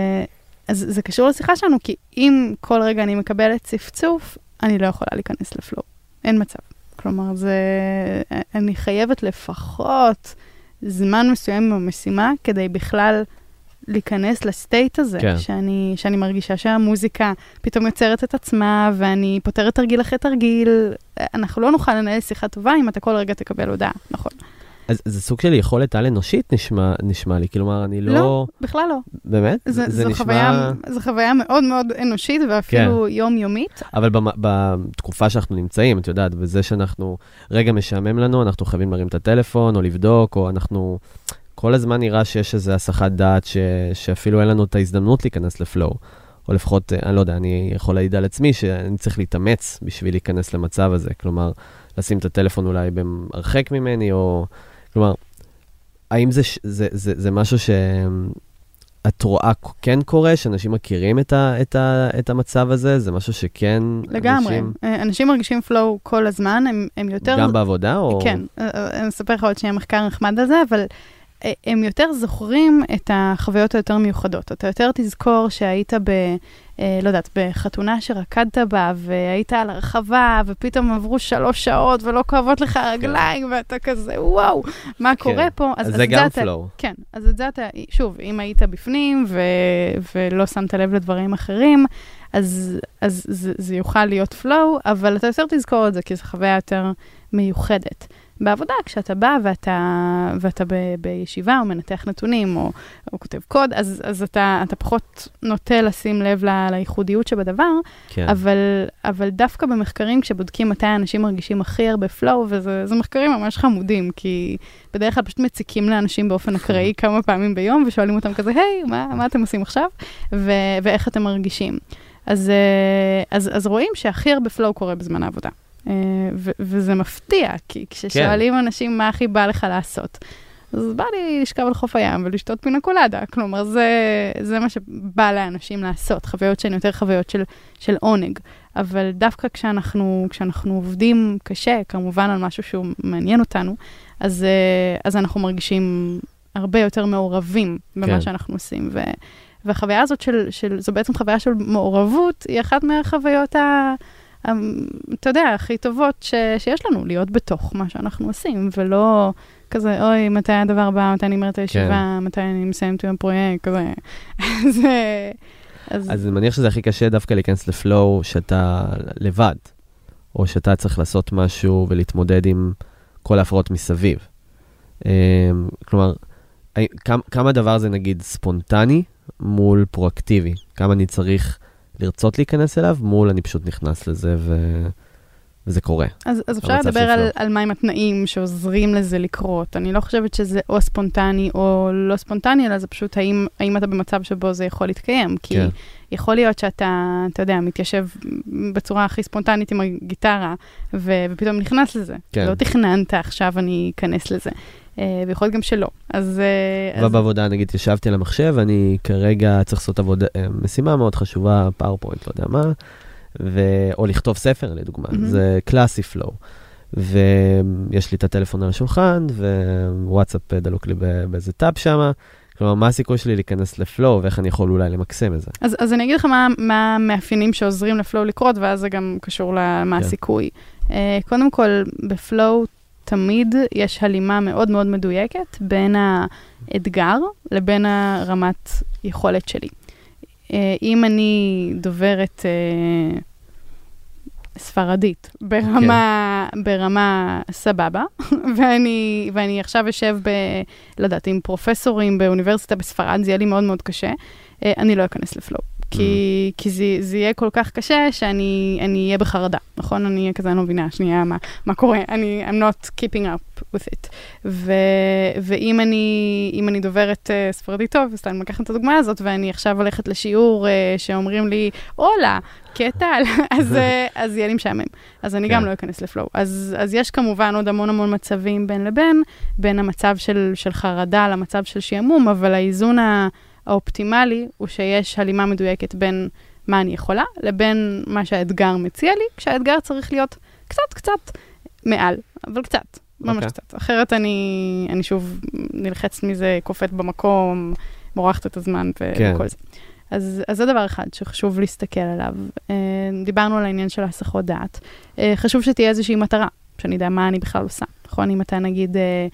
Speaker 2: אז זה קשור לשיחה שלנו, כי אם כל רגע אני מקבלת צפצוף, אני לא יכולה להיכנס לפלואו. אין מצב. כלומר, זה, אני חייבת לפחות זמן מסוים במשימה, כדי בכלל להיכנס לסטייט הזה, כן. שאני, שאני מרגישה שהמוזיקה פתאום יוצרת את עצמה, ואני פותרת תרגיל אחרי תרגיל. אנחנו לא נוכל לנהל שיחה טובה, אם אתה כל רגע תקבל הודעה, נכון.
Speaker 1: אז זה סוג של יכולת על אנושית נשמע, נשמע לי, כלומר, אני לא...
Speaker 2: לא, בכלל לא.
Speaker 1: באמת?
Speaker 2: זה,
Speaker 1: זה
Speaker 2: זו,
Speaker 1: נשמע...
Speaker 2: חוויה, זו חוויה מאוד מאוד אנושית, ואפילו כן. יומיומית.
Speaker 1: אבל בתקופה שאנחנו נמצאים, את יודעת, בזה שאנחנו רגע משעמם לנו, אנחנו חייבים להרים את הטלפון, או לבדוק, או אנחנו... כל הזמן נראה שיש איזו הסחת דעת, ש... שאפילו אין לנו את ההזדמנות להיכנס לפלואו. או לפחות, אני לא יודע, אני יכול להעיד על עצמי, שאני צריך להתאמץ בשביל להיכנס למצב הזה. כלומר, לשים את הטלפון אולי במרחק ממני, או... כלומר, האם זה, זה, זה, זה משהו שאת רואה כן קורה, שאנשים מכירים את, ה, את, ה, את המצב הזה? זה משהו שכן...
Speaker 2: לגמרי.
Speaker 1: אנשים...
Speaker 2: אנשים מרגישים פלואו כל הזמן, הם, הם יותר...
Speaker 1: גם בעבודה או...
Speaker 2: כן. אני אספר לך עוד שנייה מחקר נחמד על זה, אבל הם יותר זוכרים את החוויות היותר מיוחדות. אתה יותר תזכור שהיית ב... לא יודעת, בחתונה שרקדת בה, והיית על הרחבה, ופתאום עברו שלוש שעות, ולא כואבות לך הרגליים, ואתה כזה, וואו, מה קורה פה?
Speaker 1: אז זה גם פלואו.
Speaker 2: כן, אז את זה אתה, שוב, אם היית בפנים, ולא שמת לב לדברים אחרים, אז זה יוכל להיות פלואו, אבל אתה יותר תזכור את זה, כי זו חוויה יותר מיוחדת. בעבודה, כשאתה בא ואתה, ואתה ב, בישיבה או מנתח נתונים או, או כותב קוד, אז, אז אתה, אתה פחות נוטה לשים לב ל, לייחודיות שבדבר, כן. אבל, אבל דווקא במחקרים, כשבודקים מתי האנשים מרגישים הכי הרבה פלואו, וזה מחקרים ממש חמודים, כי בדרך כלל פשוט מציקים לאנשים באופן אקראי כמה פעמים ביום, ושואלים אותם כזה, היי, מה, מה אתם עושים עכשיו? ו, ואיך אתם מרגישים? אז, אז, אז רואים שהכי הרבה פלואו קורה בזמן העבודה. ו- וזה מפתיע, כי כששואלים כן. אנשים מה הכי בא לך לעשות, אז בא לי לשכב על חוף הים ולשתות פינה קולדה. כלומר, זה, זה מה שבא לאנשים לעשות, חוויות שהן יותר חוויות של, של עונג. אבל דווקא כשאנחנו, כשאנחנו עובדים קשה, כמובן על משהו שהוא מעניין אותנו, אז, אז אנחנו מרגישים הרבה יותר מעורבים במה כן. שאנחנו עושים. ו, והחוויה הזאת של, של, זו בעצם חוויה של מעורבות, היא אחת מהחוויות ה... אתה יודע, הכי טובות ש, שיש לנו, להיות בתוך מה שאנחנו עושים, ולא כזה, אוי, מתי הדבר הבא, מתי אני אומרת הישיבה, כן. מתי אני מסיימת עם הפרויקט, כזה. אז,
Speaker 1: אז... אז אני מניח שזה הכי קשה דווקא להיכנס לפלואו שאתה לבד, או שאתה צריך לעשות משהו ולהתמודד עם כל ההפרעות מסביב. כלומר, כמה דבר זה נגיד ספונטני מול פרואקטיבי? כמה אני צריך לרצות להיכנס אליו, מול אני פשוט נכנס לזה ו... וזה קורה.
Speaker 2: אז, אז אפשר לדבר על, על מהם התנאים שעוזרים לזה לקרות. אני לא חושבת שזה או ספונטני או לא ספונטני, אלא זה פשוט האם, האם אתה במצב שבו זה יכול להתקיים. כי כן. יכול להיות שאתה, אתה יודע, מתיישב בצורה הכי ספונטנית עם הגיטרה, ו, ופתאום נכנס לזה. כן. לא תכננת, עכשיו אני אכנס לזה. ויכול להיות גם שלא. אז...
Speaker 1: ובעבודה, נגיד, ישבתי על המחשב, אני כרגע צריך לעשות עבודה, משימה מאוד חשובה, פאורפוינט, לא יודע מה, ו... או לכתוב ספר, לדוגמה. Mm-hmm. זה קלאסי פלואו. ויש לי את הטלפון על השולחן, ווואטסאפ דלוק לי באיזה טאב שמה. כלומר, מה הסיכוי שלי להיכנס לפלואו, ואיך אני יכול אולי למקסם את זה?
Speaker 2: אז, אז אני אגיד לך מה, מה המאפיינים שעוזרים לפלואו לקרות, ואז זה גם קשור למה הסיכוי. Uh, קודם כל, בפלואו, תמיד יש הלימה מאוד מאוד מדויקת בין האתגר לבין הרמת יכולת שלי. אם אני דוברת ספרדית ברמה, ברמה סבבה, ואני, ואני עכשיו אשב ב, לא יודעת, עם פרופסורים באוניברסיטה בספרד, זה יהיה לי מאוד מאוד קשה, אני לא אכנס לפלואו. כי, כי זה, זה יהיה כל כך קשה שאני אני אהיה בחרדה, נכון? אני אהיה כזה, אני לא מבינה, שנייה, מה, מה קורה? אני, I'm not keeping up with it. ו, ואם אני, אם אני דוברת uh, ספרדית טוב, אז אני מקחת את הדוגמה הזאת, ואני עכשיו הולכת לשיעור uh, שאומרים לי, אולה, קטע, אז, uh, אז יהיה לי משעמם. אז אני גם לא אכנס לפלואו. אז, אז יש כמובן עוד המון המון מצבים בין לבין, בין המצב של, של חרדה למצב של שעמום, אבל האיזון ה... האופטימלי הוא שיש הלימה מדויקת בין מה אני יכולה, לבין מה שהאתגר מציע לי, כשהאתגר צריך להיות קצת קצת מעל, אבל קצת, ממש okay. קצת. אחרת אני, אני שוב נלחצת מזה, קופאת במקום, מורחת את הזמן ו- כן. וכל זה. אז, אז זה דבר אחד שחשוב להסתכל עליו. דיברנו על העניין של הסחות דעת. חשוב שתהיה איזושהי מטרה, שאני יודע מה אני בכלל עושה. נכון? אם אתה נגיד...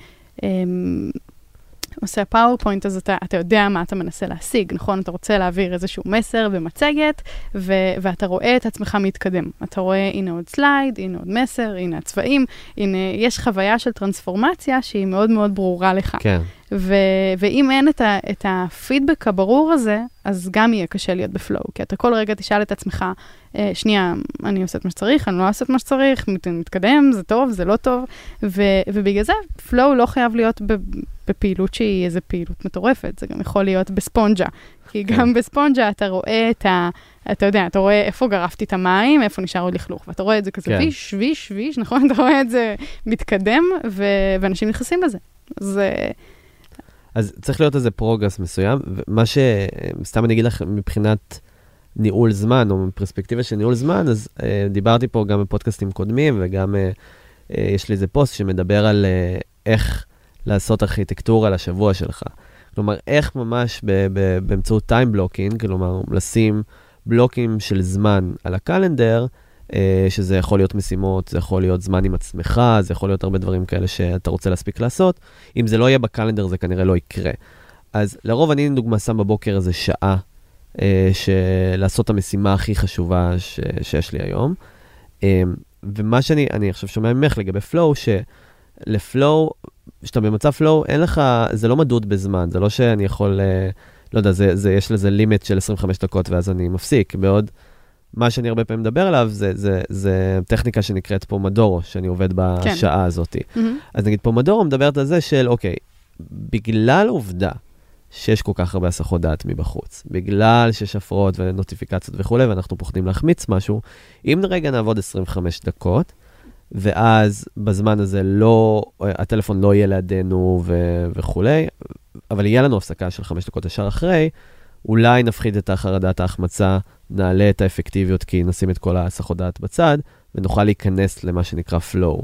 Speaker 2: עושה פאורפוינט, אז אתה, אתה יודע מה אתה מנסה להשיג, נכון? אתה רוצה להעביר איזשהו מסר ומצגת, ו, ואתה רואה את עצמך מתקדם. אתה רואה, הנה עוד סלייד, הנה עוד מסר, הנה הצבעים, הנה, יש חוויה של טרנספורמציה שהיא מאוד מאוד ברורה לך. כן. ו, ואם אין את, ה, את הפידבק הברור הזה, אז גם יהיה קשה להיות בפלואו, כי אתה כל רגע תשאל את עצמך, אה, שנייה, אני עושה את מה שצריך, אני לא עושה את מה שצריך, מת, מתקדם, זה טוב, זה לא טוב, ו, ובגלל זה, פלואו לא חייב להיות ב, בפעילות שהיא איזו פעילות מטורפת, זה גם יכול להיות בספונג'ה, כי גם בספונג'ה אתה רואה את ה... אתה יודע, אתה רואה איפה גרפתי את המים, איפה נשאר עוד לכלוך, ואתה רואה את זה כזה כן. ויש, ויש, ויש, נכון? אתה רואה את זה מתקדם, ו, ואנשים נכנסים לזה. זה...
Speaker 1: אז צריך להיות איזה פרוגרס מסוים, ומה שסתם אני אגיד לך מבחינת ניהול זמן, או מפרספקטיבה של ניהול זמן, אז uh, דיברתי פה גם בפודקאסטים קודמים, וגם uh, uh, יש לי איזה פוסט שמדבר על uh, איך לעשות ארכיטקטורה לשבוע שלך. כלומר, איך ממש ב- ב- באמצעות טיים בלוקינג, כלומר, לשים בלוקים של זמן על הקלנדר, uh, שזה יכול להיות משימות, זה יכול להיות זמן עם עצמך, זה יכול להיות הרבה דברים כאלה שאתה רוצה להספיק לעשות. אם זה לא יהיה בקלנדר, זה כנראה לא יקרה. אז לרוב אני לדוגמה שם בבוקר איזה שעה, uh, של לעשות את המשימה הכי חשובה ש- שיש לי היום. Uh, ומה שאני, אני עכשיו שומע ממך לגבי פלואו, שלפלואו, שאתה במצב פלואו, אין לך, זה לא מדוד בזמן, זה לא שאני יכול, לא יודע, זה, זה, יש לזה לימיט של עשרים וחמש דקות, ואז אני מפסיק. בעוד, מה שאני הרבה פעמים מדבר עליו, זה, זה, זה טכניקה שנקראת פומדורו, שאני עובד בשעה כן. הזאת. Mm-hmm. אז נגיד, פומדורו מדברת על זה של, אוקיי, בגלל עובדה שיש כל כך הרבה הסחות דעת מבחוץ, בגלל שיש הפרעות ונוטיפיקציות וכו', ואנחנו פוחדים להחמיץ משהו, אם רגע נעבוד עשרים וחמש דקות, ואז בזמן הזה לא, הטלפון לא יהיה לידינו ו- וכולי, אבל יהיה לנו הפסקה של חמש דקות ישר אחרי, אולי נפחית את החרדת ההחמצה, נעלה את האפקטיביות, כי נשים את כל ההסחות דעת בצד, ונוכל להיכנס למה שנקרא flow.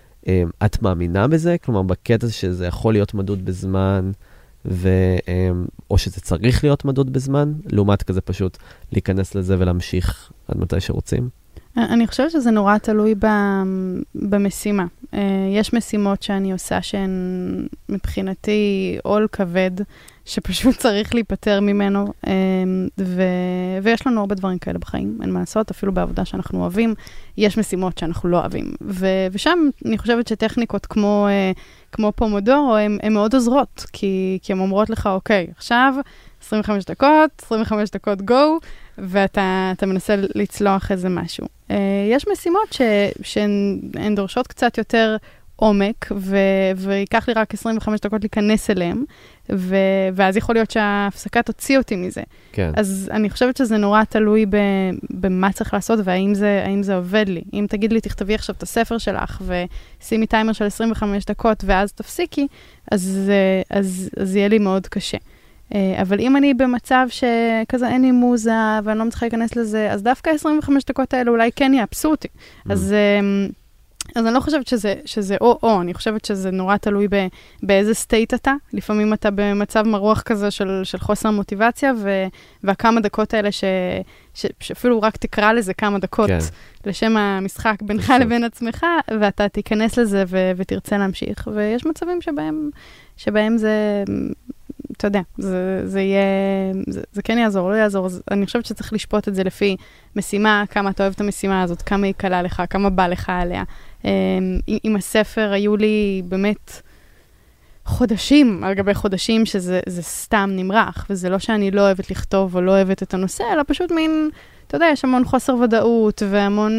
Speaker 1: את מאמינה בזה? כלומר, בקטע שזה יכול להיות מדוד בזמן, ו, או שזה צריך להיות מדוד בזמן, לעומת כזה פשוט להיכנס לזה ולהמשיך עד מתי שרוצים?
Speaker 2: אני חושבת שזה נורא תלוי במשימה. יש משימות שאני עושה שהן מבחינתי עול כבד, שפשוט צריך להיפטר ממנו, ו... ויש לנו הרבה דברים כאלה בחיים, אין מה לעשות, אפילו בעבודה שאנחנו אוהבים, יש משימות שאנחנו לא אוהבים. ו... ושם אני חושבת שטכניקות כמו, כמו פומודורו, הן מאוד עוזרות, כי, כי הן אומרות לך, אוקיי, עכשיו עשרים וחמש דקות, עשרים וחמש דקות גו, ואתה אתה מנסה לצלוח איזה משהו. יש משימות ש... שהן דורשות קצת יותר עומק, ו... ויקח לי רק עשרים וחמש דקות להיכנס אליהם, ו... ואז יכול להיות שההפסקה תוציא אותי מזה.
Speaker 1: כן.
Speaker 2: אז אני חושבת שזה נורא תלוי ב... במה צריך לעשות, והאם זה, האם זה עובד לי. אם תגיד לי, תכתבי עכשיו את הספר שלך, ושימי טיימר של עשרים וחמש דקות, ואז תפסיקי, אז, אז, אז יהיה לי מאוד קשה. אבל אם אני במצב שכזה אין לי מוזה, ואני לא מצליחה להיכנס לזה, אז דווקא עשרים וחמש דקות האלה אולי כן יאפסו אותי. Mm. אז... אז אני לא חושבת שזה, שזה או-או, אני חושבת שזה נורא תלוי ב, באיזה סטייט אתה. לפעמים אתה במצב מרוח כזה של, של חוסר מוטיבציה, ו, והכמה דקות האלה ש, ש, שאפילו רק תקרא לזה כמה דקות, כן. לשם המשחק בינך לבין עצמך, ואתה תיכנס לזה ו, ותרצה להמשיך. ויש מצבים שבהם, שבהם זה, אתה יודע, זה, זה יהיה, זה, זה כן יעזור, לא יעזור. אני חושבת שצריך לשפוט את זה לפי משימה, כמה אתה אוהב את המשימה הזאת, כמה היא קלה לך, כמה בא לך עליה. עם הספר היו לי באמת חודשים, על גבי חודשים, שזה זה סתם נמרח, וזה לא שאני לא אוהבת לכתוב או לא אוהבת את הנושא, אלא פשוט מין, אתה יודע, יש המון חוסר ודאות, והמון,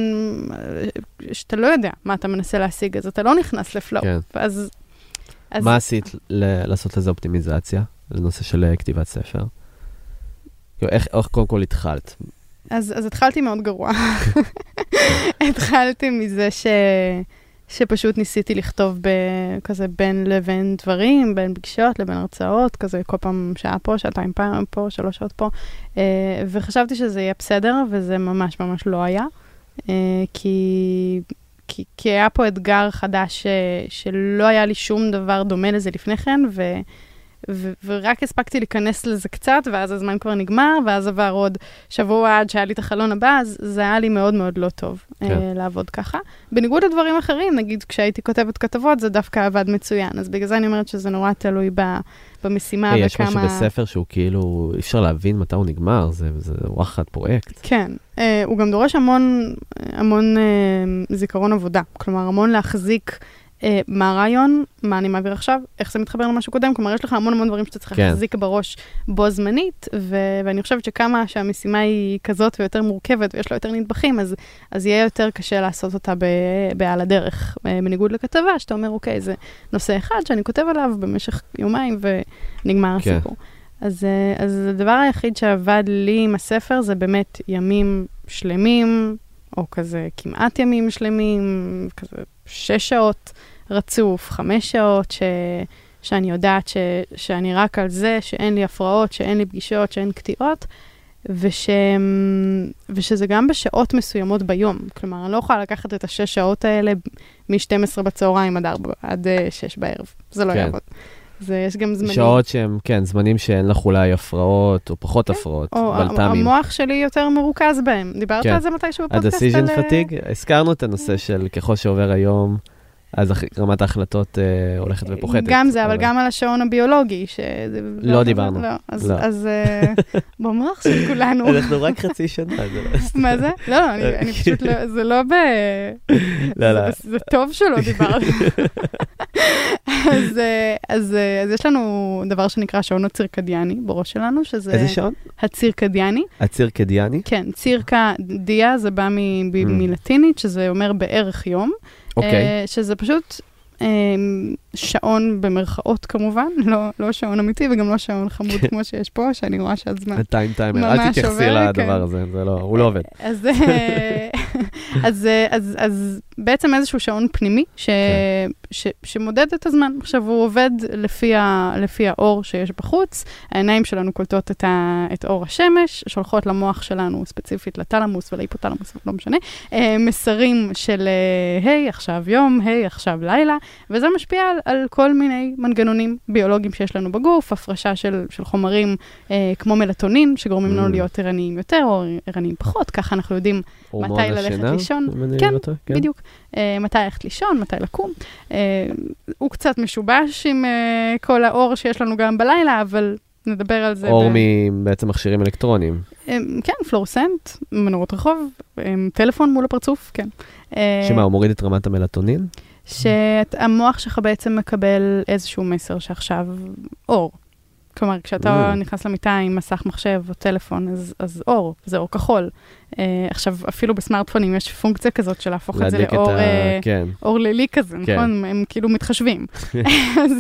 Speaker 2: שאתה לא יודע מה אתה מנסה להשיג, אז אתה לא נכנס לפלואו.
Speaker 1: כן.
Speaker 2: אז,
Speaker 1: אז... מה עשית ל- לעשות לזה אופטימיזציה, לנושא של כתיבת ספר? איך, איך קודם כל התחלת?
Speaker 2: אז, אז התחלתי מאוד גרוע. התחלתי מזה ש, שפשוט ניסיתי לכתוב כזה בין לבין דברים, בין פגישות לבין הרצאות, כזה כל פעם שעה פה, שעתיים פעם פה, שלוש שעות פה, וחשבתי שזה יהיה בסדר, וזה ממש ממש לא היה, כי, כי, כי היה פה אתגר חדש ש, שלא היה לי שום דבר דומה לזה לפני כן, ו... ו- ורק הספקתי להיכנס לזה קצת, ואז הזמן כבר נגמר, ואז עבר עוד שבוע עד שהיה לי את החלון הבא, אז זה היה לי מאוד מאוד לא טוב כן. uh, לעבוד ככה. בניגוד לדברים אחרים, נגיד כשהייתי כותבת כתבות, זה דווקא עבד מצוין, אז בגלל זה אני אומרת שזה נורא תלוי ב- במשימה
Speaker 1: hey,
Speaker 2: וכמה...
Speaker 1: יש משהו בספר שהוא כאילו, אי אפשר להבין מתי הוא נגמר, זה, זה וואחד פרויקט.
Speaker 2: כן, uh, הוא גם דורש המון, המון uh, זיכרון עבודה, כלומר המון להחזיק... מה הרעיון, מה אני מעביר עכשיו, איך זה מתחבר למשהו קודם, כלומר, יש לך המון המון דברים שאתה צריך כן. להחזיק בראש בו זמנית, ו- ואני חושבת שכמה שהמשימה היא כזאת ויותר מורכבת, ויש לה יותר נדבכים, אז, אז יהיה יותר קשה לעשות אותה ב- בעל הדרך, בניגוד לכתבה, שאתה אומר, אוקיי, זה נושא אחד שאני כותב עליו במשך יומיים, ונגמר כן. הסיפור. אז, אז הדבר היחיד שעבד לי עם הספר, זה באמת ימים שלמים, או כזה כמעט ימים שלמים, כזה שש שעות רצוף, חמש שעות, ש... שאני יודעת ש... שאני רק על זה, שאין לי הפרעות, שאין לי פגישות, שאין קטיעות, וש... ושזה גם בשעות מסוימות ביום. כלומר, אני לא יכולה לקחת את השש שעות האלה מ-שתים עשרה בצהריים עד ארבע, עד שש בערב. זה לא כן. יעבוד. זה, יש גם זמנים.
Speaker 1: שעות שהם, כן, זמנים שאין לך אולי הפרעות, או פחות כן. הפרעות,
Speaker 2: או
Speaker 1: אבל טעמים.
Speaker 2: המוח שלי יותר מרוכז בהם. דיברת כן. על זה מתישהו בפודקאסט?
Speaker 1: ה-decision fatigue, הזכרנו את הנושא של ככל שעובר היום, אז רמת ההחלטות אה, הולכת ופוחתת.
Speaker 2: גם זה, אבל, אבל גם על השעון הביולוגי. ש...
Speaker 1: לא, לא דיברנו.
Speaker 2: לא, אז, לא. אז אה, במוח של כולנו.
Speaker 1: אנחנו רק חצי שנה.
Speaker 2: מה זה? לא, לא, אני, אני פשוט לא, זה לא ב...
Speaker 1: לא, לא.
Speaker 2: זה, זה טוב שלא דיברנו. אז, אז, אז יש לנו דבר שנקרא שעון הצירקדיאני בראש שלנו, שזה...
Speaker 1: איזה שעון?
Speaker 2: הצירקדיאני.
Speaker 1: הצירקדיאני?
Speaker 2: כן, צירקה דיה, זה בא מ- ב- מלטינית, שזה אומר בערך יום.
Speaker 1: אוקיי.
Speaker 2: שזה פשוט שעון במרכאות כמובן, לא, לא שעון אמיתי וגם לא שעון חמוד כמו שיש פה, שאני רואה שהזמן
Speaker 1: הטיים טיימר, אל תתייחסי לדבר הזה, זה לא, הוא לא עובד.
Speaker 2: אז אז, אז, אז בעצם איזשהו שעון פנימי ש, ש, שמודד את הזמן. עכשיו, הוא עובד לפי, ה, לפי האור שיש בחוץ, העיניים שלנו קולטות את, ה, את אור השמש, שולחות למוח שלנו, ספציפית לטלמוס ולהיפותלמוס, לא משנה, מסרים של היי, עכשיו יום, היי, עכשיו לילה, וזה משפיע על, על כל מיני מנגנונים ביולוגיים שיש לנו בגוף, הפרשה של, של חומרים אה, כמו מלטונין, שגורמים לנו להיות ערניים יותר או ערניים פחות, ככה אנחנו יודעים מתי ללכת לישון. כן, כן, בדיוק. אה, מתי ללכת לישון, מתי לקום. אה, הוא קצת משובש עם אה, כל האור שיש לנו גם בלילה, אבל נדבר על זה.
Speaker 1: אור ב... מבעצם מכשירים אלקטרוניים.
Speaker 2: אה, כן, פלורסנט, מנורות רחוב, אה, טלפון מול הפרצוף, כן. אה,
Speaker 1: שמה, הוא מוריד את רמת המלטונין?
Speaker 2: שהמוח שלך בעצם מקבל איזשהו מסר שעכשיו אור. כלומר, כשאתה נכנס למיטה עם מסך מחשב או טלפון, אז, אז אור, זה אור כחול. Uh, עכשיו, אפילו בסמארטפונים יש פונקציה כזאת של להפוך את זה לאור, ה... uh, כן. אור לילי כזה, כן. נכון? הם כאילו מתחשבים. אז,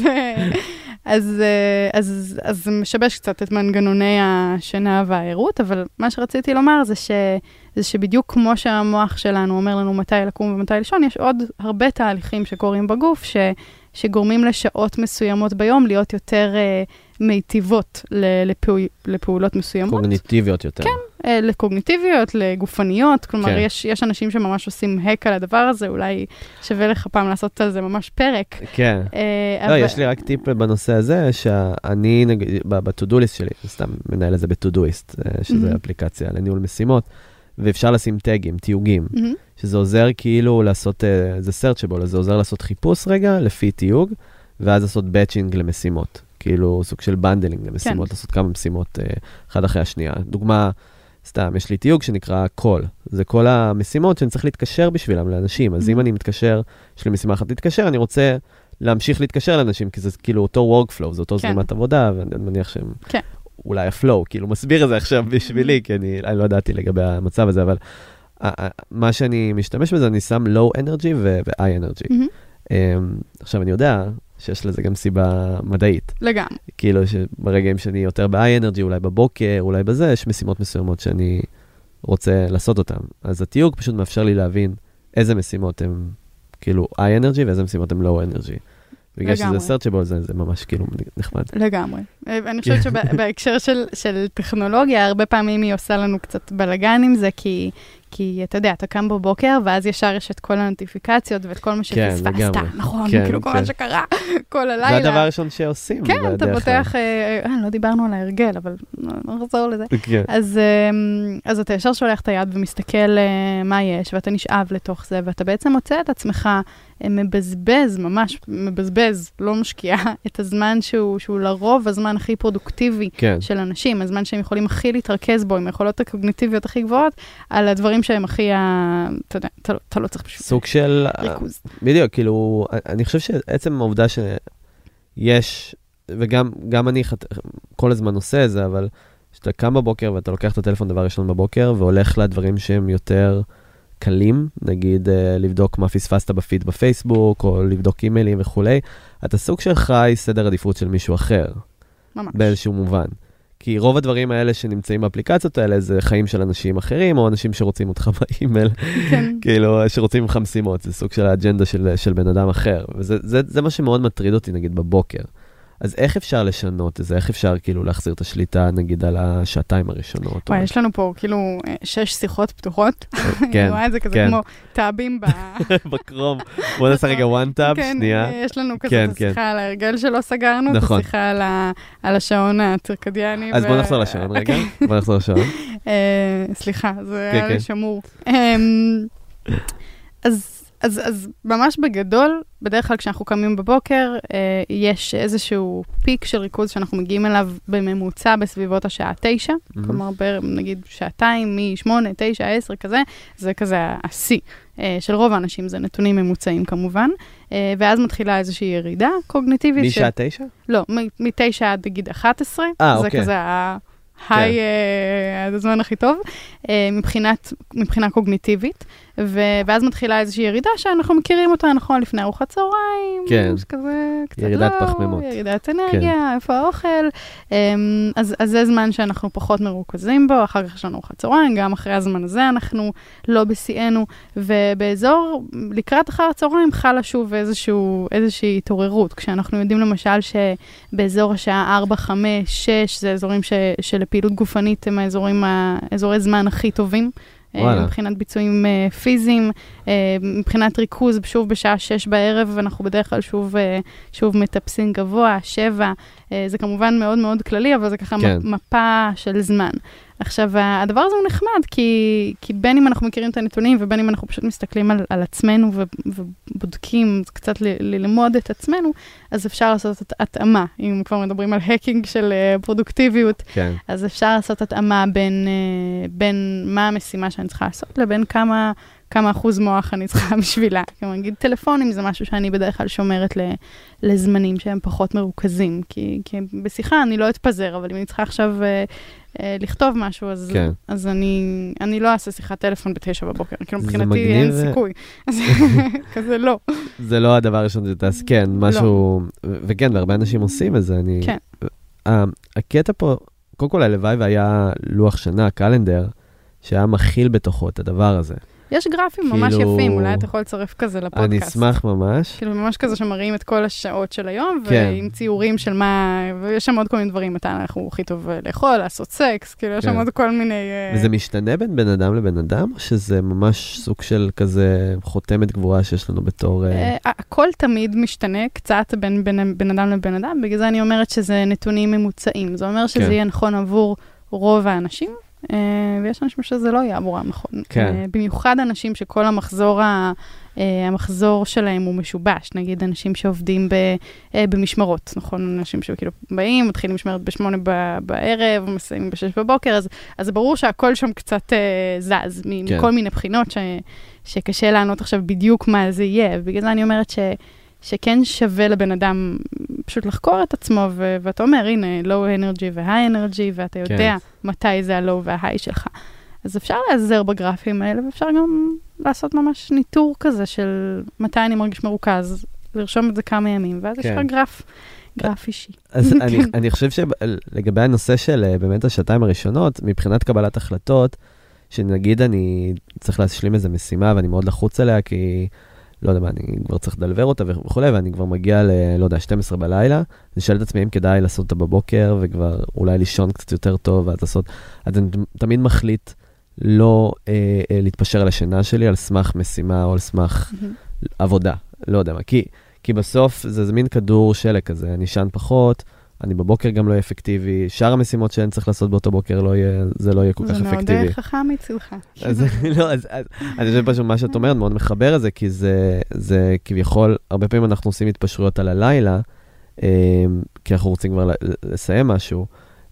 Speaker 2: אז, אז, אז זה משבש קצת את מנגנוני השינה והעירות, אבל מה שרציתי לומר זה, ש, זה שבדיוק כמו שהמוח שלנו אומר לנו מתי לקום ומתי לישון, יש עוד הרבה תהליכים שקורים בגוף, ש, שגורמים לשעות מסוימות ביום להיות יותר uh, מיטיבות לפעול, לפעולות מסוימות.
Speaker 1: קוגניטיביות יותר.
Speaker 2: כן, uh, לקוגניטיביות, לגופניות, כלומר, כן. יש, יש אנשים שממש עושים הק על הדבר הזה, אולי שווה לך פעם לעשות על זה ממש פרק.
Speaker 1: כן. Uh, לא, אבל... יש לי רק טיפ בנושא הזה, שאני, ב-to-do-list שלי, סתם מנהל את זה ב-to-doist, שזה mm-hmm. אפליקציה לניהול משימות, ואפשר לשים טאגים, תיוגים, mm-hmm. שזה עוזר כאילו לעשות, זה searchable, זה עוזר לעשות חיפוש רגע, לפי תיוג, ואז לעשות batching למשימות, כאילו סוג של בנדלינג למשימות, כן. לעשות כמה משימות אחד אחרי השנייה. דוגמה, סתם, יש לי תיוג שנקרא call, זה כל המשימות שאני צריך להתקשר בשבילם לאנשים, אז mm-hmm. אם אני מתקשר, יש לי משימה אחת להתקשר, אני רוצה להמשיך להתקשר לאנשים, כי זה כאילו אותו workflow, זה אותו כן. זרימת עבודה, ואני מניח שהם... כן. אולי הפלואו, כאילו מסביר את זה עכשיו בשבילי, כי אני, אני לא ידעתי לגבי המצב הזה, אבל מה שאני משתמש בזה, אני שם low energy ו-high energy. עכשיו, אני יודע שיש לזה גם סיבה מדעית.
Speaker 2: לגמרי.
Speaker 1: כאילו, ברגעים שאני יותר ב-high energy, אולי בבוקר, אולי בזה, יש משימות מסוימות שאני רוצה לעשות אותן. אז התיוג פשוט מאפשר לי להבין איזה משימות הן כאילו high energy, ואיזה משימות הן low energy. בגלל שזה searchable, זה, זה ממש כאילו נחמד.
Speaker 2: לגמרי. אני חושבת שבהקשר של, של טכנולוגיה, הרבה פעמים היא עושה לנו קצת בלגן עם זה, כי, כי אתה יודע, אתה קם בבוקר, ואז ישר יש את כל הנוטיפיקציות, ואת כל מה שפספסת, נכון, כאילו כל מה שקרה, כל הלילה.
Speaker 1: זה הדבר הראשון שעושים.
Speaker 2: כן, אתה פותח, אה, לא דיברנו על ההרגל, אבל נחזור לזה. אז, אז אתה ישר שולח את היד ומסתכל מה יש, ואתה נשאב לתוך זה, ואתה בעצם מוצא את עצמך מבזבז, ממש מבזבז, לא משקיע, את הזמן שהוא, שהוא לרוב הזמן הכי פרודוקטיבי כן. של אנשים, הזמן שהם יכולים הכי להתרכז בו, עם היכולות הקוגניטיביות הכי גבוהות, על הדברים שהם הכי, ה... אתה יודע, אתה, אתה לא צריך פשוט
Speaker 1: סוג של
Speaker 2: ריכוז.
Speaker 1: בדיוק, כאילו, אני חושב שעצם העובדה שיש, וגם גם אני כל הזמן עושה את זה, אבל שאתה קם בבוקר ואתה לוקח את הטלפון דבר ראשון בבוקר, והולך לדברים שהם יותר קלים, נגיד לבדוק מה פספסת בפיד בפייסבוק, או לבדוק אימיילים וכולי, אתה סוג של חי סדר עדיפות של מישהו אחר.
Speaker 2: ממש.
Speaker 1: באיזשהו מובן. כי רוב הדברים האלה שנמצאים באפליקציות האלה, זה חיים של אנשים אחרים, או אנשים שרוצים אותך באימייל,
Speaker 2: כן.
Speaker 1: כאילו, שרוצים ממך משימות, זה סוג של האג'נדה של, של בן אדם אחר. וזה זה, זה מה שמאוד מטריד אותי, נגיד, בבוקר. אז איך אפשר לשנות את זה? איך אפשר כאילו להחזיר את השליטה, נגיד, על השעתיים הראשונות?
Speaker 2: וואי, יש לנו פה כאילו שש שיחות פתוחות.
Speaker 1: כן,
Speaker 2: אני רואה את זה כזה כמו טאבים
Speaker 1: בקרום. בוא נעשה רגע one tab, שנייה.
Speaker 2: כן, יש לנו כזה את השיחה על ההרגל שלא סגרנו, את השיחה על השעון הצירקדיאני.
Speaker 1: אז בוא נחזור לשעון רגע. בוא נחזור לשעון.
Speaker 2: סליחה, זה היה לי שמור. אז... אז, אז ממש בגדול, בדרך כלל כשאנחנו קמים בבוקר, אה, יש איזשהו פיק של ריכוז שאנחנו מגיעים אליו בממוצע בסביבות השעה תשע, mm-hmm. כלומר, ב, נגיד שעתיים, משמונה, תשע, עשר, כזה, זה כזה השיא אה, של רוב האנשים, זה נתונים ממוצעים כמובן, אה, ואז מתחילה איזושהי ירידה קוגניטיבית.
Speaker 1: משעה ש... תשע?
Speaker 2: לא, מתשע עד נגיד אחת עשרה,
Speaker 1: אה,
Speaker 2: זה
Speaker 1: אוקיי.
Speaker 2: כזה ה... היי, הזמן הכי טוב, מבחינת, מבחינה קוגניטיבית, ואז מתחילה איזושהי ירידה שאנחנו מכירים אותה, נכון, לפני ארוחת צהריים,
Speaker 1: כן.
Speaker 2: כזה, קצת
Speaker 1: ירידת
Speaker 2: לא,
Speaker 1: פחמימות.
Speaker 2: ירידת אנרגיה, איפה האוכל. אז, אז זה זמן שאנחנו פחות מרוכזים בו, אחר כך יש לנו ארוחת צהריים, גם אחרי הזמן הזה אנחנו לא בשיאנו, ובאזור, לקראת אחר הצהריים חלה שוב איזשהו, איזושהי התעוררות, כשאנחנו יודעים למשל שבאזור השעה ארבע, חמש, שש, זה אזורים ש, שלפעילות גופנית הם האזורים, האזורי זמן הכי טובים, וואלה. מבחינת ביצועים uh, פיזיים, uh, מבחינת ריכוז, שוב בשעה שש בערב, אנחנו בדרך כלל שוב, uh, שוב מטפסים גבוה, שבע, uh, זה כמובן מאוד מאוד כללי, אבל זה ככה כן. מפה של זמן. עכשיו, הדבר הזה הוא נחמד, כי, כי בין אם אנחנו מכירים את הנתונים, ובין אם אנחנו פשוט מסתכלים על, על עצמנו ו, ובודקים קצת ל, ללמוד את עצמנו, אז אפשר לעשות את התאמה. אם כבר מדברים על הקינג של uh, פרודוקטיביות, כן. אז אפשר לעשות התאמה בין, uh, בין מה המשימה שאני צריכה לעשות, לבין כמה, כמה אחוז מוח אני צריכה בשבילה. כלומר, נגיד טלפונים זה משהו שאני בדרך כלל שומרת ל, לזמנים שהם פחות מרוכזים, כי, כי בשיחה אני לא אתפזר, אבל אם אני צריכה עכשיו... Uh, לכתוב משהו, אז, כן. אז אני, אני לא אעשה שיחת טלפון בתשע בבוקר, כאילו מבחינתי אין ו... סיכוי. אז כזה לא.
Speaker 1: זה לא הדבר הראשון שתעש, כן, משהו, לא. וכן, והרבה אנשים עושים את זה, אני... כן. הקטע פה, קודם כל הלוואי והיה לוח שנה, קלנדר, שהיה מכיל בתוכו את הדבר הזה.
Speaker 2: יש גרפים כאילו... ממש יפים, אולי אתה יכול לצרף כזה לפודקאסט.
Speaker 1: אני אשמח ממש.
Speaker 2: כאילו ממש כזה שמראים את כל השעות של היום, כן. ועם ציורים של מה, ויש שם עוד כל מיני דברים, מתי אנחנו הכי טוב לאכול, לעשות סקס, כאילו כן. יש שם עוד כל מיני...
Speaker 1: וזה משתנה בין בן אדם לבן אדם, או שזה ממש סוג של כזה חותמת גבוהה שיש לנו בתור...
Speaker 2: הכל תמיד משתנה קצת בין בן, בן אדם לבן אדם, בגלל זה אני אומרת שזה נתונים ממוצעים. זה אומר שזה כן. יהיה נכון עבור רוב האנשים, Uh, ויש אנשים שזה לא יהיה עבורם, נכון. כן. Uh, במיוחד אנשים שכל המחזור, ה, uh, המחזור שלהם הוא משובש, נגיד אנשים שעובדים ב, uh, במשמרות, נכון? אנשים שכאילו באים, מתחילים משמרת בשמונה ב, בערב, מסיימים בשש בבוקר, אז, אז ברור שהכל שם קצת uh, זז, מ- כן. מכל מיני בחינות ש, שקשה לענות עכשיו בדיוק מה זה יהיה, ובגלל זה אני אומרת ש... שכן שווה לבן אדם פשוט לחקור את עצמו, ו- ואתה אומר, הנה, low energy ו-high energy, ואתה יודע כן. מתי זה ה-low וה-high שלך. אז אפשר להיעזר בגרפים האלה, ואפשר גם לעשות ממש ניטור כזה של מתי אני מרגיש מרוכז, לרשום את זה כמה ימים, ואז כן. יש לך גרף, גרף אישי.
Speaker 1: אז אני, אני חושב שלגבי הנושא של באמת השעתיים הראשונות, מבחינת קבלת החלטות, שנגיד אני צריך להשלים איזו משימה, ואני מאוד לחוץ עליה, כי... לא יודע מה, אני כבר צריך לדלבר אותה וכו', ואני כבר מגיע ל, לא יודע, שתים עשרה בלילה, אני שואל את עצמי אם כדאי לעשות אותה בבוקר, וכבר אולי לישון קצת יותר טוב, ואז לעשות, אז אני תמיד מחליט לא אה, אה, להתפשר על השינה שלי, על סמך משימה או על סמך mm-hmm. עבודה, לא יודע מה, כי, כי בסוף זה, זה מין כדור שלג כזה, אני ישן פחות, אני בבוקר גם לא יהיה אפקטיבי, שאר המשימות שאני צריך לעשות באותו בוקר, לא יהיה, זה לא יהיה כל כך אפקטיבי.
Speaker 2: זה מאוד חכם מצלך.
Speaker 1: אז לא, אז, אז, אני חושב פשוט מה שאת אומרת, מאוד מחבר את זה, כי זה, זה כביכול, הרבה פעמים אנחנו עושים התפשרויות על הלילה, כי אנחנו רוצים כבר לסיים משהו,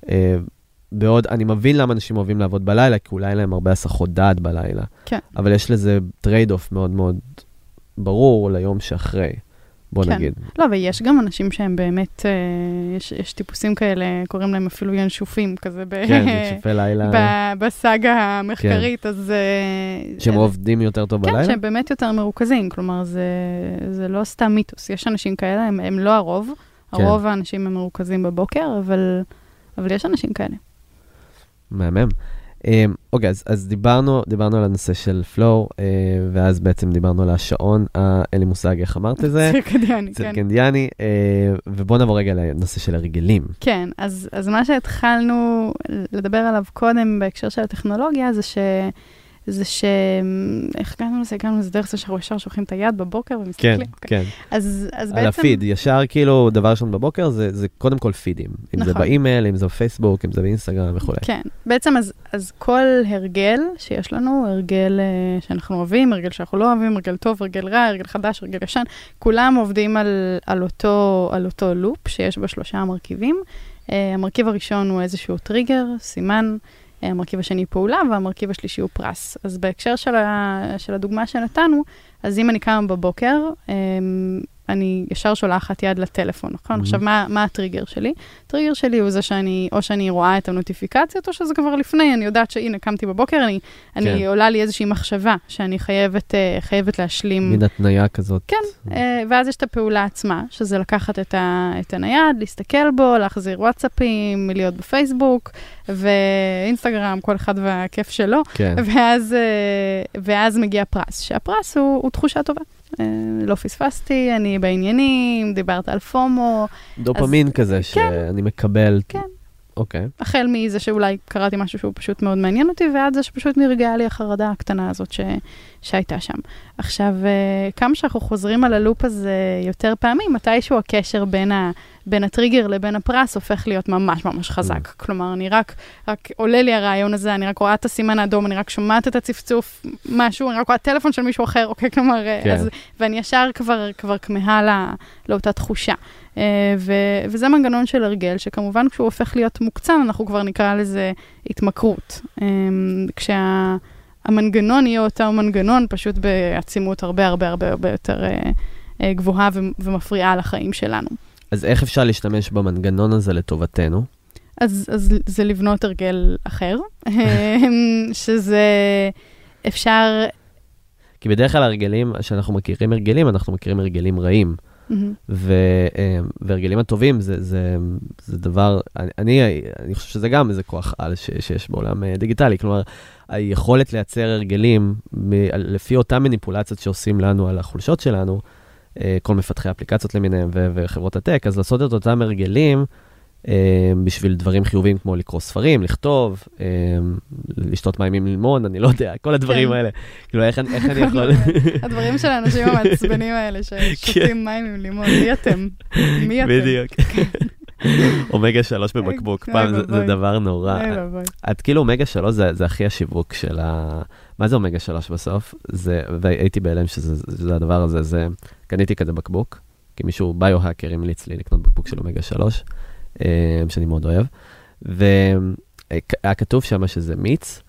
Speaker 1: בעוד, אני מבין למה אנשים אוהבים לעבוד בלילה, כי אולי להם הרבה הסחות דעת בלילה. כן. אבל יש לזה טרייד אוף מאוד מאוד ברור ליום שאחרי. בוא כן. נגיד.
Speaker 2: לא, ויש גם אנשים שהם באמת, אה, יש, יש טיפוסים כאלה, קוראים להם אפילו ינשופים, כזה ב...
Speaker 1: כן, ינשופי לילה.
Speaker 2: ב- בסאגה המחקרית, כן. אז... אה,
Speaker 1: שהם עובדים יותר טוב
Speaker 2: כן,
Speaker 1: בלילה?
Speaker 2: כן, שהם באמת יותר מרוכזים, כלומר, זה, זה לא סתם מיתוס. יש אנשים כאלה, הם, הם לא הרוב, כן. הרוב האנשים הם מרוכזים בבוקר, אבל, אבל יש אנשים כאלה.
Speaker 1: מהמם. אוקיי, אז, אז דיברנו, דיברנו על הנושא של פלואו, ואז בעצם דיברנו על השעון, אין לי מושג איך אמרת את זה.
Speaker 2: צירקדיאני, כן.
Speaker 1: צירקדיאני, ובוא נעבור רגע לנושא של הרגלים.
Speaker 2: כן, אז, אז מה שהתחלנו לדבר עליו קודם בהקשר של הטכנולוגיה, זה ש... זה ש... איך הגענו לזה? הגענו לזה דרך זה שאנחנו ישר שולחים את היד בבוקר ומסתכלים.
Speaker 1: כן, כן.
Speaker 2: אז, אז
Speaker 1: על
Speaker 2: בעצם...
Speaker 1: הפיד, ישר כאילו דבר ראשון בבוקר, זה, זה קודם כל פידים. אם נכון. זה באימייל, אם זה בפייסבוק, אם זה באינסטגרם וכו'.
Speaker 2: כן, בעצם אז, אז כל הרגל שיש לנו, הרגל uh, שאנחנו אוהבים, הרגל שאנחנו לא אוהבים, הרגל טוב, הרגל רע, הרגל חדש, הרגל ישן, כולם עובדים על, על, אותו, על אותו לופ שיש בה שלושה מרכיבים. Uh, המרכיב הראשון הוא איזשהו טריגר, סימן, המרכיב השני פעולה, והמרכיב השלישי הוא פרס. אז בהקשר של, ה, של הדוגמה שנתנו, אז אם אני קמה בבוקר, אני ישר שולחת יד לטלפון, נכון? עכשיו, מה, מה הטריגר שלי? הטריגר שלי הוא זה שאני, או שאני רואה את הנוטיפיקציות, או שזה כבר לפני, אני יודעת שהנה, קמתי בבוקר, אני, כן. אני עולה לי איזושהי מחשבה, שאני חייבת, חייבת להשלים.
Speaker 1: מין התניה כזאת.
Speaker 2: כן, ואז יש את הפעולה עצמה, שזה לקחת את, ה, את הנייד, להסתכל בו, להחזיר וואטסאפים, להיות בפייסבוק, ואינסטגרם, כל אחד והכיף שלו,
Speaker 1: כן.
Speaker 2: ואז, ואז מגיע פרס, שהפרס הוא, הוא תחושה טובה. לא פספסתי, אני בעניינים, דיברת על פומו.
Speaker 1: דופמין אז, כזה שאני מקבל.
Speaker 2: כן.
Speaker 1: אוקיי.
Speaker 2: החל מזה שאולי קראתי משהו שהוא פשוט מאוד מעניין אותי, ועד זה שפשוט נרגעה לי החרדה הקטנה הזאת ש... שהייתה שם. עכשיו, כמה שאנחנו חוזרים על הלופ הזה יותר פעמים, מתישהו הקשר בין, ה... בין הטריגר לבין הפרס הופך להיות ממש ממש חזק. Mm. כלומר, אני רק, רק עולה לי הרעיון הזה, אני רק רואה את הסימן האדום, אני רק שומעת את הצפצוף, משהו, אני רק רואה טלפון של מישהו אחר, אוקיי, כלומר, כן. אז, ואני ישר כבר, כבר כמהה לא, לאותה תחושה. Uh, ו- וזה מנגנון של הרגל, שכמובן כשהוא הופך להיות מוקצן, אנחנו כבר נקרא לזה התמכרות. Um, כשהמנגנון יהיה אותו מנגנון, פשוט בעצימות הרבה הרבה הרבה הרבה יותר uh, uh, גבוהה ו- ומפריעה לחיים שלנו.
Speaker 1: אז איך אפשר להשתמש במנגנון הזה לטובתנו?
Speaker 2: אז, אז זה לבנות הרגל אחר, שזה אפשר...
Speaker 1: כי בדרך כלל הרגלים, שאנחנו מכירים הרגלים, אנחנו מכירים הרגלים רעים. והרגלים הטובים זה, זה, זה דבר, אני, אני חושב שזה גם איזה כוח על ש, שיש בעולם דיגיטלי, כלומר, היכולת לייצר הרגלים לפי אותם מניפולציות שעושים לנו על החולשות שלנו, כל מפתחי אפליקציות למיניהם ו- וחברות הטק, אז לעשות את אותם הרגלים בשביל דברים חיוביים כמו לקרוא ספרים, לכתוב, לשתות מים עם לימון, אני לא יודע, כל הדברים האלה. כאילו, איך אני יכול...
Speaker 2: הדברים של האנשים המעצבנים האלה, ששותים מים עם לימון, מי אתם? מי אתם?
Speaker 1: בדיוק. אומגה שלוש בבקבוק, פעם זה דבר נורא. את כאילו, אומגה שלוש זה הכי השיווק של ה... מה זה אומגה שלוש בסוף? והייתי בהלם שזה הדבר הזה, זה... קניתי כזה בקבוק, כי מישהו ביו-האקר המליץ לי לקנות בקבוק של אומגה שלוש, שאני מאוד אוהב, והיה כתוב שם שזה מיץ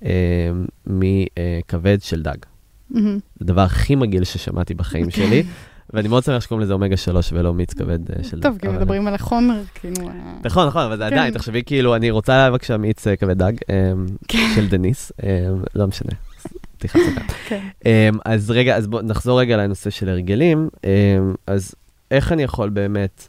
Speaker 1: מכבד של דג. זה הדבר הכי מגעיל ששמעתי בחיים שלי, ואני מאוד שמח שקוראים לזה אומגה שלוש ולא מיץ כבד של דג.
Speaker 2: טוב, כי מדברים על החומר, כאילו...
Speaker 1: נכון, נכון, אבל זה עדיין, תחשבי כאילו, אני רוצה לבקשה מיץ כבד דג של דניס, לא משנה, פתיחה סקה. אז רגע, אז בואו נחזור רגע לנושא של הרגלים, אז איך אני יכול באמת...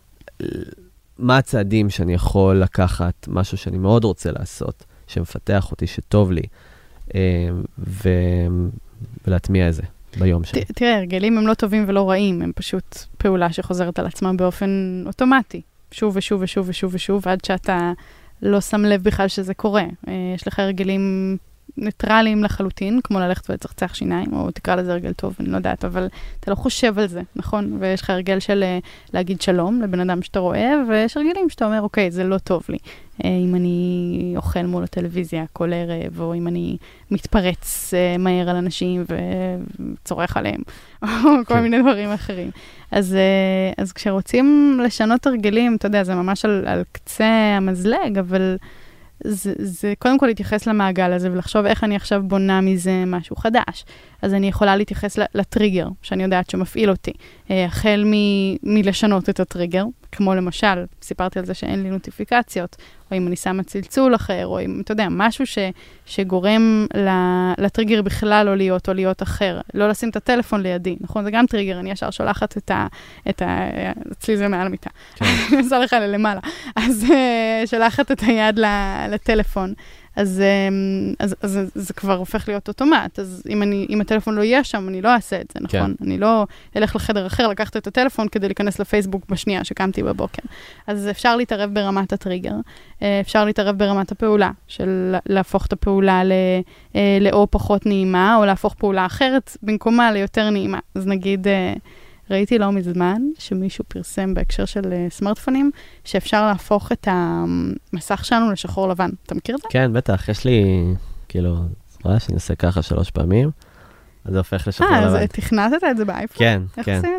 Speaker 1: מה הצעדים שאני יכול לקחת, משהו שאני מאוד רוצה לעשות, שמפתח אותי, שטוב לי, ו... ולהטמיע את זה ביום שלי.
Speaker 2: תראה, הרגלים הם לא טובים ולא רעים, הם פשוט פעולה שחוזרת על עצמם באופן אוטומטי, שוב ושוב ושוב ושוב ושוב, עד שאתה לא שם לב בכלל שזה קורה. יש לך הרגלים ניטרליים לחלוטין, כמו ללכת ולצחצח שיניים, או תקרא לזה הרגל טוב, אני לא יודעת, אבל אתה לא חושב על זה, נכון? ויש לך הרגל של להגיד שלום לבן אדם שאתה רואה, ויש הרגלים שאתה אומר, אוקיי, זה לא טוב לי. אם אני אוכל מול הטלוויזיה כל ערב, או אם אני מתפרץ מהר על אנשים וצורך עליהם, או כל מיני דברים אחרים. אז, אז כשרוצים לשנות הרגלים, אתה יודע, זה ממש על, על קצה המזלג, אבל זה, זה קודם כל להתייחס למעגל הזה, ולחשוב איך אני עכשיו בונה מזה משהו חדש. אז אני יכולה להתייחס לטריגר, שאני יודעת שמפעיל אותי. החל מ- מלשנות את הטריגר, כמו למשל, סיפרתי על זה שאין לי נוטיפיקציות, או אם אני שמה צלצול אחר, או אם, אתה יודע, משהו ש, שגורם לטריגר בכלל לא להיות, או להיות אחר. לא לשים את הטלפון לידי, נכון? זה גם טריגר, אני ישר שולחת את ה... את ה אצלי זה מעל המיטה. אני עושה לך למעלה. אז שולחת את היד לטלפון. אז, אז, אז, אז זה כבר הופך להיות אוטומט. אז אם, אני, אם הטלפון לא יהיה שם, אני לא אעשה את זה, נכון? כן. אני לא אלך לחדר אחר, לקחת את הטלפון כדי להיכנס לפייסבוק בשנייה שקמתי בבוקר. אז אפשר להתערב ברמת הטריגר, אפשר להתערב ברמת הפעולה, של להפוך את הפעולה ל, לאו פחות נעימה, או להפוך פעולה אחרת במקומה ליותר נעימה. אז נגיד... ראיתי לא מזמן שמישהו פרסם בהקשר של סמארטפונים, שאפשר להפוך את המסך שלנו לשחור לבן. אתה מכיר את זה?
Speaker 1: כן, בטח. יש לי, כאילו, רואה שאני עושה ככה שלוש פעמים, אז זה הופך לשחור לבן.
Speaker 2: אה, אז תכנתת את זה באייפון?
Speaker 1: כן,
Speaker 2: איך
Speaker 1: כן.
Speaker 2: עושים את זה?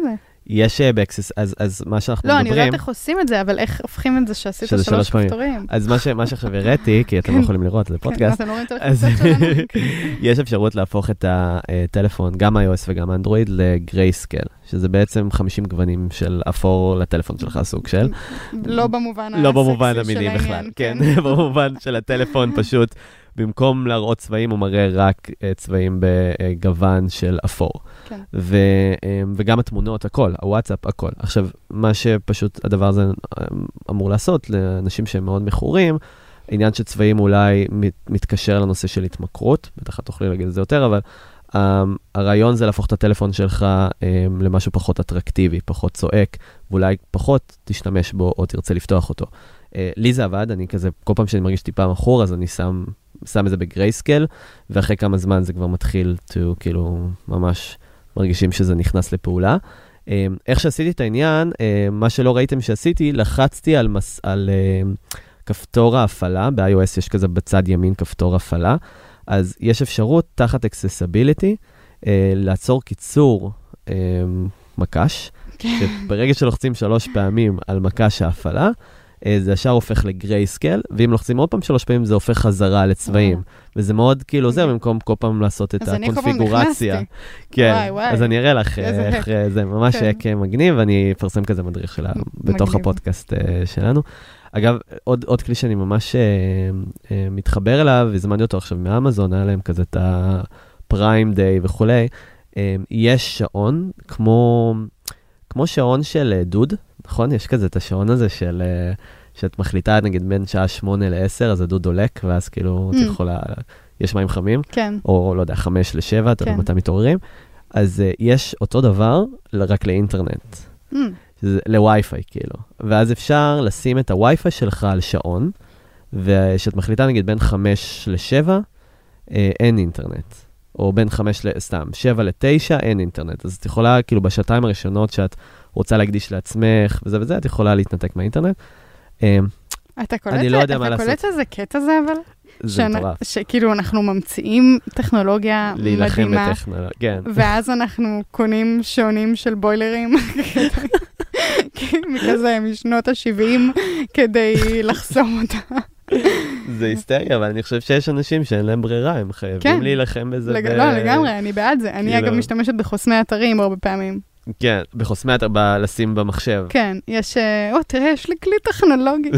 Speaker 1: יש באקסס, אז, אז מה שאנחנו
Speaker 2: לא,
Speaker 1: מדברים...
Speaker 2: לא, אני יודעת איך עושים את זה, אבל איך הופכים את זה שעשית שלוש, שלוש כפתורים?
Speaker 1: אז מה, ש, מה שעכשיו הראיתי, כי אתם לא יכולים לראות, זה פודקאסט,
Speaker 2: אתם לא רואים את הלחיצות שלנו.
Speaker 1: יש אפשרות להפוך את הטלפון, גם iOS וגם אנדרואיד, לגרייסקל, שזה בעצם חמישים גוונים של אפור לטלפון שלך, סוג של.
Speaker 2: לא במובן
Speaker 1: לא במובן המיני בכלל, כן, במובן של הטלפון פשוט, במקום להראות צבעים, הוא מראה רק צבעים בגוון של אפור.
Speaker 2: כן.
Speaker 1: ו, וגם התמונות, הכל, הוואטסאפ, הכל. עכשיו, מה שפשוט הדבר הזה אמור לעשות לאנשים שהם מאוד מכורים, עניין שצבעים אולי מתקשר לנושא של התמכרות, בטח את תוכלי להגיד את זה יותר, אבל um, הרעיון זה להפוך את הטלפון שלך um, למשהו פחות אטרקטיבי, פחות צועק, ואולי פחות תשתמש בו או תרצה לפתוח אותו. Uh, לי זה עבד, אני כזה, כל פעם שאני מרגיש טיפה מכור, אז אני שם... שם את זה בגרייסקל, ואחרי כמה זמן זה כבר מתחיל, to, כאילו, ממש מרגישים שזה נכנס לפעולה. איך שעשיתי את העניין, מה שלא ראיתם שעשיתי, לחצתי על, מס, על uh, כפתור ההפעלה, ב-iOS יש כזה בצד ימין כפתור הפעלה, אז יש אפשרות תחת accessibility, uh, לעצור קיצור uh, מקש, שברגע שלוחצים שלוש פעמים על מקש ההפעלה, זה ישר הופך לגרייסקל, ואם לוחצים עוד פעם שלוש פעמים, זה הופך חזרה לצבעים. וזה מאוד כאילו זה, במקום כל פעם לעשות את הקונפיגורציה. כן, אז אני אראה לך איך זה ממש היה מגניב, ואני אפרסם כזה מדריך שלה בתוך הפודקאסט שלנו. אגב, עוד כלי שאני ממש מתחבר אליו, הזמנתי אותו עכשיו מאמזון, היה להם כזה את הפריים דיי וכולי. יש שעון, כמו שעון של דוד, נכון? יש כזה את השעון הזה של, שאת מחליטה, נגיד, בין שעה שמונה לעשר, אז הדוד דולק, ואז כאילו, את יכולה, יש מים חמים,
Speaker 2: כן.
Speaker 1: או לא יודע, חמש לשבע, אתה יודע, מתי מתעוררים. אז יש אותו דבר, רק לאינטרנט. שזה לווי-פיי, כאילו. ואז אפשר לשים את הווי-פיי שלך על שעון, ושאת מחליטה, נגיד, בין חמש לשבע, אין אינטרנט. או בין חמש לסתם, שבע לתשע, אין אינטרנט. אז את יכולה, כאילו, בשעתיים הראשונות שאת רוצה להקדיש לעצמך, וזה וזה, את יכולה להתנתק מהאינטרנט.
Speaker 2: אתה קולט איזה קטע זה, אבל?
Speaker 1: זה מטורף.
Speaker 2: שכאילו אנחנו ממציאים טכנולוגיה מדהימה.
Speaker 1: להילחם בטכנולוגיה, כן.
Speaker 2: ואז אנחנו קונים שעונים של בוילרים, מכזה משנות ה-שבעים, כדי לחסום אותה.
Speaker 1: זה היסטריה, אבל אני חושב שיש אנשים שאין להם ברירה, הם חייבים להילחם בזה.
Speaker 2: לא, לגמרי, אני בעד זה. אני אגב משתמשת בחוסמי אתרים הרבה פעמים.
Speaker 1: כן, בחוסמי אתר, לשים במחשב.
Speaker 2: כן, יש, או, תראה, יש לי כלי טכנולוגי.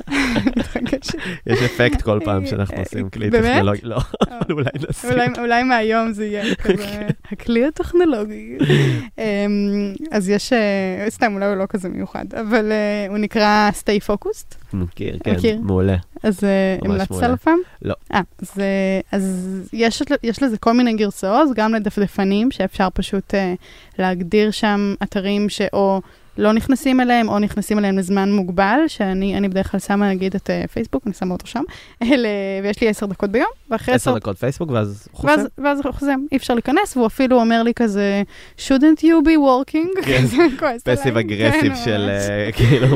Speaker 1: יש אפקט כל פעם שאנחנו עושים כלי טכנולוגי. לא, אבל אולי נשים.
Speaker 2: אולי מהיום זה יהיה כזה, הכלי הטכנולוגי. אז יש, סתם, אולי הוא לא כזה מיוחד, אבל הוא נקרא Stay Focused.
Speaker 1: מכיר, כן, מעולה.
Speaker 2: אז המלצה לפעם?
Speaker 1: לא.
Speaker 2: אז יש לזה כל מיני גרסאות, גם לדפדפנים, שאפשר פשוט להגדיר שם אתרים שאו לא נכנסים אליהם, או נכנסים אליהם לזמן מוגבל, שאני בדרך כלל שמה, נגיד, את פייסבוק, אני שמה אותו שם, ויש לי עשר דקות ביום, ואחרי
Speaker 1: עשר דקות פייסבוק, ואז חוסם?
Speaker 2: ואז חוסם, אי אפשר להיכנס, והוא אפילו אומר לי כזה, shouldn't you be working?
Speaker 1: פסיב אגרסיב של, כאילו,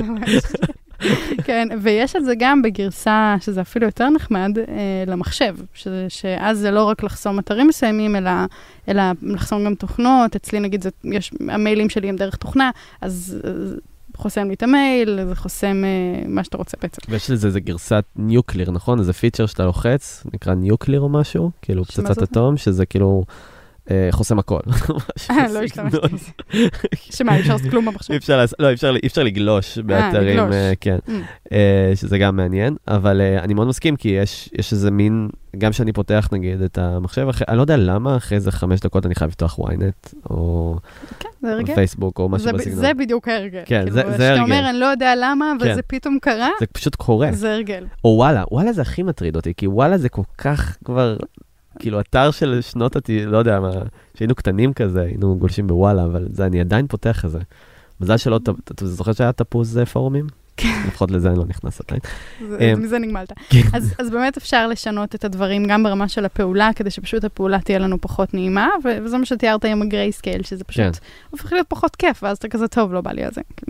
Speaker 2: כן, ויש את זה גם בגרסה, שזה אפילו יותר נחמד, למחשב, שאז זה לא רק לחסום אתרים מסוימים, אלא לחסום גם תוכנות, אצלי נגיד, יש המיילים שלי הם דרך תוכנה, אז חוסם לי את המייל, זה חוסם מה שאתה רוצה בעצם. ויש
Speaker 1: לזה, זה גרסת ניוקליר, נכון? איזה פיצ'ר שאתה לוחץ, נקרא ניוקליר או משהו, כאילו פצצת אטום, שזה כאילו חוסם הכל.
Speaker 2: לא השתמשתי בזה. שמה, אי אפשר לעשות כלום במחשב?
Speaker 1: לא, אי אפשר לגלוש באתרים, כן, שזה גם מעניין, אבל אני מאוד מסכים, כי יש איזה מין, גם שאני פותח נגיד את המחשב, אני לא יודע למה אחרי איזה חמש דקות אני חייב לפתוח וויינט, או פייסבוק, או משהו בסגנון.
Speaker 2: זה בדיוק הרגל.
Speaker 1: כן, זה הרגל.
Speaker 2: שאתה אומר, אני לא יודע למה, אבל זה פתאום קרה.
Speaker 1: זה פשוט קורה.
Speaker 2: זה הרגל.
Speaker 1: או וואלה, וואלה זה הכי מטריד אותי, כי וואלה זה כל כך כבר... כאילו, אתר של שנות, לא יודע מה, שהיינו קטנים כזה, היינו גולשים בוואלה, אבל זה, אני עדיין פותח את זה. מזל שלא, אתה זוכר שהיה תפוז פורומים? כן. לפחות לזה אני לא נכנס עדיין.
Speaker 2: מזה נגמלת. אז באמת אפשר לשנות את הדברים גם ברמה של הפעולה, כדי שפשוט הפעולה תהיה לנו פחות נעימה, וזה מה שתיארת עם הגרייסקייל, שזה פשוט הופך להיות פחות כיף, ואז אתה כזה טוב, לא בא לי על זה.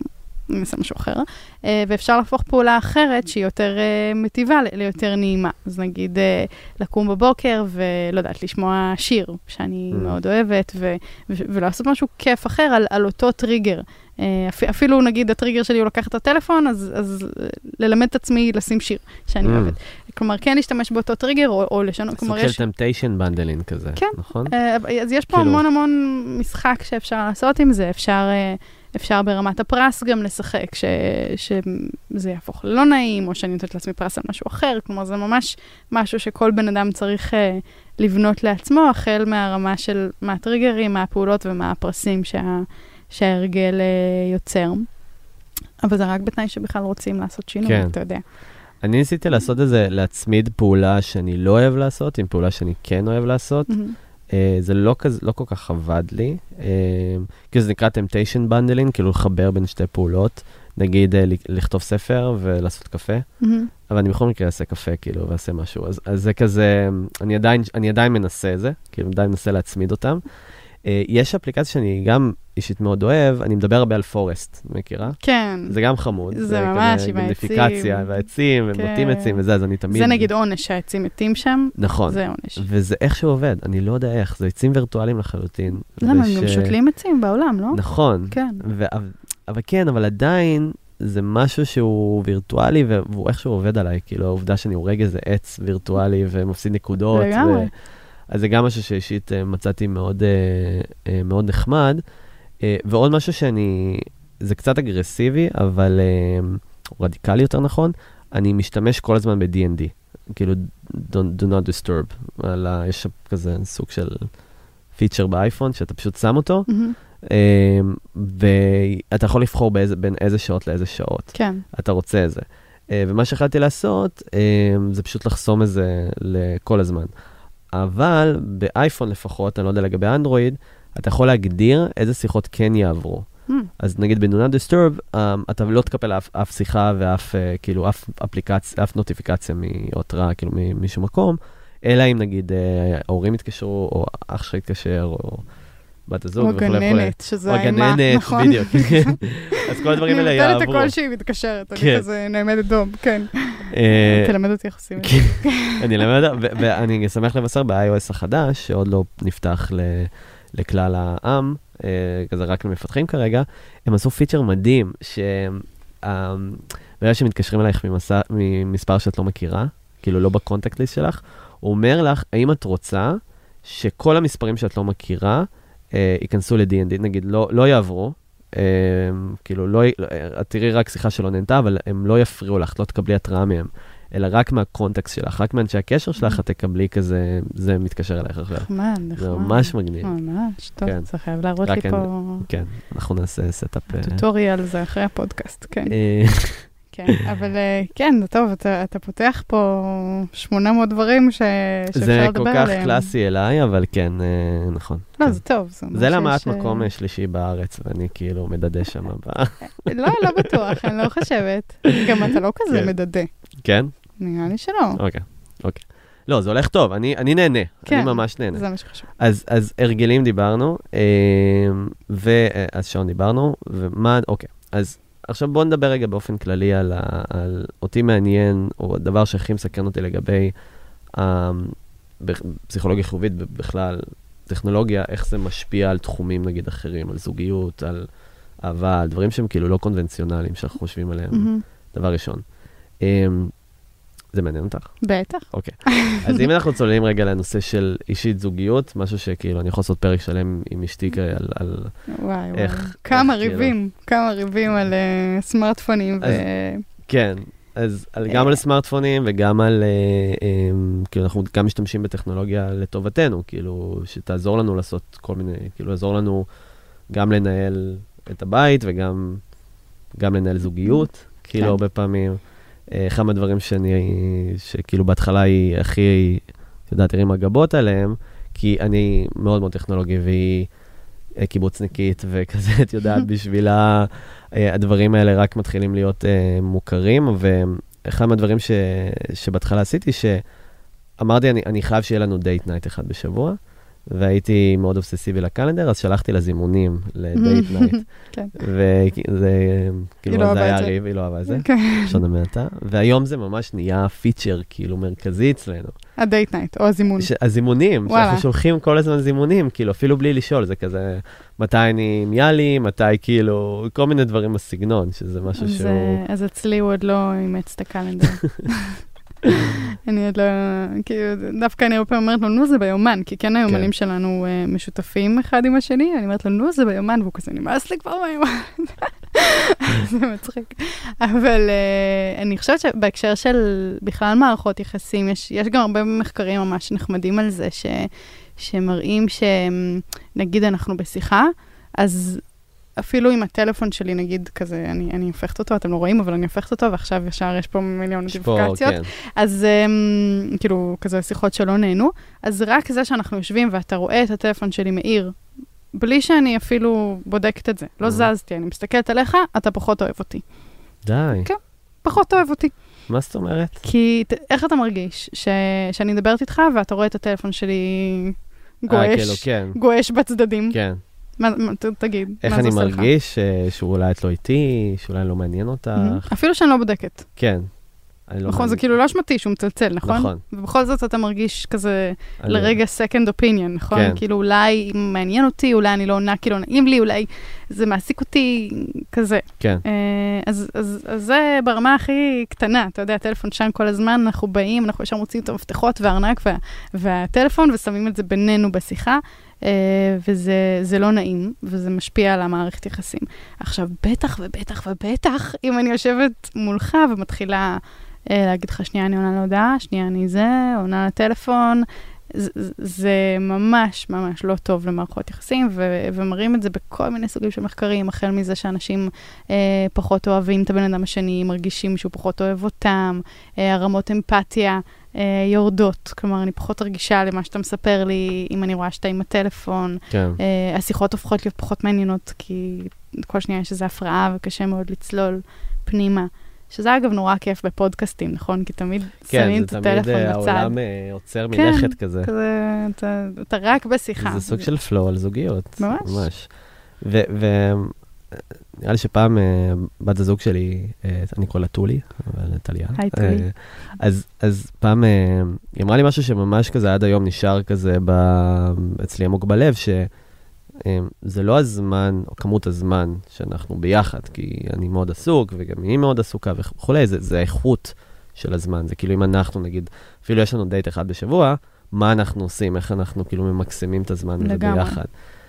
Speaker 2: אני אעשה משהו אחר, ואפשר להפוך פעולה אחרת שהיא יותר מטיבה, ליותר נעימה. אז נגיד, לקום בבוקר ולא יודעת, לשמוע שיר שאני מאוד אוהבת, ולעשות משהו כיף אחר על, על אותו טריגר. אפילו נגיד הטריגר שלי הוא לקח את הטלפון, אז, אז ללמד את עצמי לשים שיר שאני אוהבת. כלומר, כן להשתמש באותו טריגר, או, או לשנות,
Speaker 1: סוג של טמפטיישן בנדלין כזה,
Speaker 2: כן.
Speaker 1: נכון?
Speaker 2: אז יש פה כאילו... המון המון משחק שאפשר לעשות עם זה, אפשר, אפשר ברמת הפרס גם לשחק, ש, שזה יהפוך ללא נעים, או שאני נותנת לעצמי פרס על משהו אחר, כלומר, זה ממש משהו שכל בן אדם צריך לבנות לעצמו, החל מהרמה של מה הטריגרים, מה הפעולות ומה הפרסים שה, שההרגל יוצר. אבל זה רק בתנאי שבכלל רוצים לעשות שינוי, כן. אתה יודע.
Speaker 1: אני ניסיתי לעשות את זה, להצמיד פעולה שאני לא אוהב לעשות, עם פעולה שאני כן אוהב לעשות. Mm-hmm. זה לא, כזה, לא כל כך עבד לי. כאילו זה נקרא טמפטיישן בנדלין, כאילו לחבר בין שתי פעולות. נגיד לכתוב ספר ולעשות קפה. Mm-hmm. אבל אני בכל מקרה אעשה קפה, כאילו, ואעשה משהו. אז, אז זה כזה, אני עדיין, אני עדיין מנסה את זה, כאילו, עדיין מנסה להצמיד אותם. יש אפליקציה שאני גם אישית מאוד אוהב, אני מדבר הרבה על פורסט, מכירה?
Speaker 2: כן.
Speaker 1: זה גם חמוד.
Speaker 2: זה, זה ממש עם
Speaker 1: העצים. והעצים, כן. ומוטים עצים וזה, אז אני תמיד...
Speaker 2: זה נגיד עונש, שהעצים מתים שם.
Speaker 1: נכון.
Speaker 2: זה עונש.
Speaker 1: וזה איך שהוא עובד, אני לא יודע איך, זה עצים וירטואליים לחלוטין.
Speaker 2: למה, הם גם שותלים עצים בעולם, לא?
Speaker 1: נכון.
Speaker 2: כן.
Speaker 1: ו... אבל כן, אבל עדיין זה משהו שהוא וירטואלי, והוא איך שהוא עובד עליי, כאילו, העובדה שאני הורג איזה עץ וירטואלי ומפסיד נקודות.
Speaker 2: לגמרי.
Speaker 1: אז זה גם משהו שאישית מצאתי מאוד, מאוד נחמד. ועוד משהו שאני, זה קצת אגרסיבי, אבל רדיקלי יותר נכון, אני משתמש כל הזמן ב-די אנד די. כאילו, do not disturb. יש כזה סוג של פיצ'ר באייפון, שאתה פשוט שם אותו, ואתה יכול לבחור בין איזה שעות לאיזה שעות.
Speaker 2: כן. אתה
Speaker 1: רוצה את זה. ומה שהחלטתי לעשות, זה פשוט לחסום את זה לכל הזמן. אבל באייפון לפחות, אני לא יודע לגבי אנדרואיד, אתה יכול להגדיר איזה שיחות כן יעברו. Mm. אז נגיד ב-Do Not Disturb, um, אתה לא תקפל אף, אף שיחה ואף, uh, כאילו, אף אפליקציה, אף נוטיפיקציה מאותרה, כאילו, משום מקום, אלא אם נגיד uh, ההורים יתקשרו, או אח שלך יתקשר, או בת הזוג.
Speaker 2: או גננת, שזה האימה, נכון.
Speaker 1: בדיוק. אז כל הדברים האלה יעברו.
Speaker 2: אני נותנת הכל שהיא מתקשרת, אני כזה נעמדת דום, כן. תלמד אותי איך עושים את זה.
Speaker 1: אני למד, ואני שמח לבשר ב-iOS החדש, שעוד לא נפתח לכלל העם, כזה רק למפתחים כרגע, הם עשו פיצ'ר מדהים, שברגע שמתקשרים אלייך ממספר שאת לא מכירה, כאילו לא בקונטקט ליסט שלך, הוא אומר לך, האם את רוצה שכל המספרים שאת לא מכירה, ייכנסו ל-די אנד די, נגיד, לא יעברו, כאילו, את תראי רק שיחה שלא נהנתה, אבל הם לא יפריעו לך, לא תקבלי התראה מהם, אלא רק מהקונטקסט שלך, רק מאנשי הקשר שלך, את תקבלי כזה, זה מתקשר אליך עכשיו.
Speaker 2: נחמד, נחמד.
Speaker 1: זה ממש מגניב.
Speaker 2: ממש, טוב, זה חייב להראות לי פה...
Speaker 1: כן, אנחנו נעשה סטאפ...
Speaker 2: טוטוריאל זה אחרי הפודקאסט, כן. כן, אבל כן, זה טוב, אתה, אתה פותח פה שמונה מאות דברים ש... שאפשר לדבר עליהם.
Speaker 1: זה כל כך קלאסי אליי, אבל כן, נכון.
Speaker 2: לא,
Speaker 1: כן.
Speaker 2: זה טוב. זה,
Speaker 1: זה למעט ש... מקום שלישי בארץ, ואני כאילו מדדה שם הבא.
Speaker 2: לא, לא בטוח, אני לא חושבת. גם אתה לא כזה כן. מדדה.
Speaker 1: כן?
Speaker 2: נראה לי שלא.
Speaker 1: אוקיי, אוקיי. לא, זה הולך טוב, אני, אני נהנה, כן, אני ממש נהנה.
Speaker 2: זה מה שחשוב.
Speaker 1: אז, אז הרגלים דיברנו, ואז שעון דיברנו, ומה, אוקיי, אז... עכשיו בואו נדבר רגע באופן כללי על, ה, על אותי מעניין, או הדבר שהכי מסקרן אותי לגבי פסיכולוגיה חיובית בכלל, טכנולוגיה, איך זה משפיע על תחומים נגיד אחרים, על זוגיות, על אהבה, על דברים שהם כאילו לא קונבנציונליים שאנחנו חושבים עליהם, mm-hmm. דבר ראשון. זה מעניין אותך?
Speaker 2: בטח.
Speaker 1: אוקיי. אז אם אנחנו צוללים רגע לנושא של אישית זוגיות, משהו שכאילו אני יכול לעשות פרק שלם עם אשתי על, על
Speaker 2: וואי, איך... וואי. כמה איך, ריבים, כאילו... כמה ריבים על uh, סמארטפונים.
Speaker 1: אז, ו... כן, אז על, גם על סמארטפונים וגם על, uh, um, כאילו אנחנו גם משתמשים בטכנולוגיה לטובתנו, כאילו שתעזור לנו לעשות כל מיני, כאילו לעזור לנו גם לנהל את הבית וגם גם לנהל זוגיות, כאילו הרבה פעמים. אחד מהדברים שאני, שכאילו בהתחלה היא הכי, יודעת, הרים הגבות עליהם, כי אני מאוד מאוד טכנולוגי והיא קיבוצניקית וכזה, את יודעת, בשבילה הדברים האלה רק מתחילים להיות מוכרים, ואחד מהדברים ש, שבהתחלה עשיתי, שאמרתי, אני, אני חייב שיהיה לנו דייט נייט אחד בשבוע, והייתי מאוד אובססיבי לקלנדר, אז שלחתי לה זימונים לדייט נייט.
Speaker 2: כן.
Speaker 1: וזה, כאילו,
Speaker 2: לא
Speaker 1: זה
Speaker 2: אהבה
Speaker 1: היה
Speaker 2: את זה.
Speaker 1: ריב, היא לא אהבה את זה.
Speaker 2: כן.
Speaker 1: שונה מעתה. והיום זה ממש נהיה פיצ'ר, כאילו, מרכזי אצלנו.
Speaker 2: הדייט נייט, או הזימון.
Speaker 1: ש- הזימונים,
Speaker 2: וואלה.
Speaker 1: שאנחנו שולחים כל הזמן זימונים, כאילו, אפילו בלי לשאול, זה כזה, מתי אני עם יאלי, מתי כאילו, כל מיני דברים בסגנון, שזה משהו
Speaker 2: אז,
Speaker 1: שהוא...
Speaker 2: אה, אז אצלי הוא עוד לא אימץ את הקלנדר. אני עוד לא, כאילו, דווקא אני הרבה פעמים אומרת לו, נו, זה ביומן, כי כן היומנים שלנו uh, משותפים אחד עם השני, אני אומרת לו, נו, זה ביומן, והוא כזה, נמאס לי כבר ביומן. זה מצחיק. אבל uh, אני חושבת שבהקשר של בכלל מערכות יחסים, יש, יש גם הרבה מחקרים ממש נחמדים על זה, ש, שמראים שנגיד אנחנו בשיחה, אז אפילו עם הטלפון שלי, נגיד כזה, אני, אני הופכת אותו, אתם לא רואים, אבל אני הופכת אותו, ועכשיו ישר יש פה מיליון נוטיפיקציות.
Speaker 1: כן.
Speaker 2: אז um, כאילו, כזה שיחות שלא נהנו. אז רק זה שאנחנו יושבים ואתה רואה את הטלפון שלי מאיר, בלי שאני אפילו בודקת את זה. לא זזתי, אני מסתכלת עליך, אתה פחות אוהב אותי.
Speaker 1: די.
Speaker 2: כן, פחות אוהב אותי.
Speaker 1: מה זאת אומרת?
Speaker 2: כי איך אתה מרגיש ש, שאני מדברת איתך, ואתה רואה את הטלפון שלי
Speaker 1: אה,
Speaker 2: גואש,
Speaker 1: כאילו, כן.
Speaker 2: גואש בצדדים?
Speaker 1: כן.
Speaker 2: מה, מה, ת, תגיד,
Speaker 1: איך
Speaker 2: מה
Speaker 1: אני
Speaker 2: זה עושה לך?
Speaker 1: מרגיש שאולי את לא איתי, שאולי לא מעניין אותך?
Speaker 2: אפילו שאני לא בודקת.
Speaker 1: כן.
Speaker 2: נכון, זה כאילו לא אשמתי שהוא מצלצל, נכון?
Speaker 1: נכון.
Speaker 2: ובכל זאת אתה מרגיש כזה לרגע second opinion, נכון? כאילו אולי מעניין אותי, אולי אני לא עונה, כאילו נעים לי, אולי זה מעסיק אותי, כזה.
Speaker 1: כן.
Speaker 2: אז זה ברמה הכי קטנה, אתה יודע, הטלפון שם כל הזמן, אנחנו באים, אנחנו ישר מוצאים את המפתחות והארנק והטלפון, ושמים את זה בינינו בשיחה, וזה לא נעים, וזה משפיע על המערכת יחסים. עכשיו, בטח ובטח ובטח, אם אני יושבת מולך ומתחילה להגיד לך, שנייה אני עונה להודעה, שנייה אני זה, עונה לטלפון, זה ממש ממש לא טוב למערכות יחסים, ומראים את זה בכל מיני סוגים של מחקרים, החל מזה שאנשים פחות אוהבים את הבן אדם השני, מרגישים שהוא פחות אוהב אותם, הרמות אמפתיה יורדות, כלומר אני פחות רגישה למה שאתה מספר לי, אם אני רואה שאתה עם הטלפון, השיחות הופכות להיות פחות מעניינות, כי כל שנייה יש איזו הפרעה וקשה מאוד לצלול פנימה. שזה אגב נורא כיף בפודקאסטים, נכון? כי תמיד שמים את הטלפון בצד.
Speaker 1: כן, זה תמיד העולם עוצר מלכת כזה.
Speaker 2: כן, כזה, אתה רק בשיחה.
Speaker 1: זה סוג של פלואו על זוגיות.
Speaker 2: ממש.
Speaker 1: ממש. ונראה לי שפעם בת הזוג שלי, אני קורא לה טולי, אבל טליה.
Speaker 2: היי טולי.
Speaker 1: אז פעם היא אמרה לי משהו שממש כזה עד היום נשאר כזה אצלי עמוק בלב, ש... זה לא הזמן, או כמות הזמן שאנחנו ביחד, כי אני מאוד עסוק, וגם היא מאוד עסוקה וכו', זה, זה האיכות של הזמן. זה כאילו אם אנחנו, נגיד, אפילו יש לנו דייט אחד בשבוע, מה אנחנו עושים, איך אנחנו כאילו ממקסמים את הזמן הזה ביחד.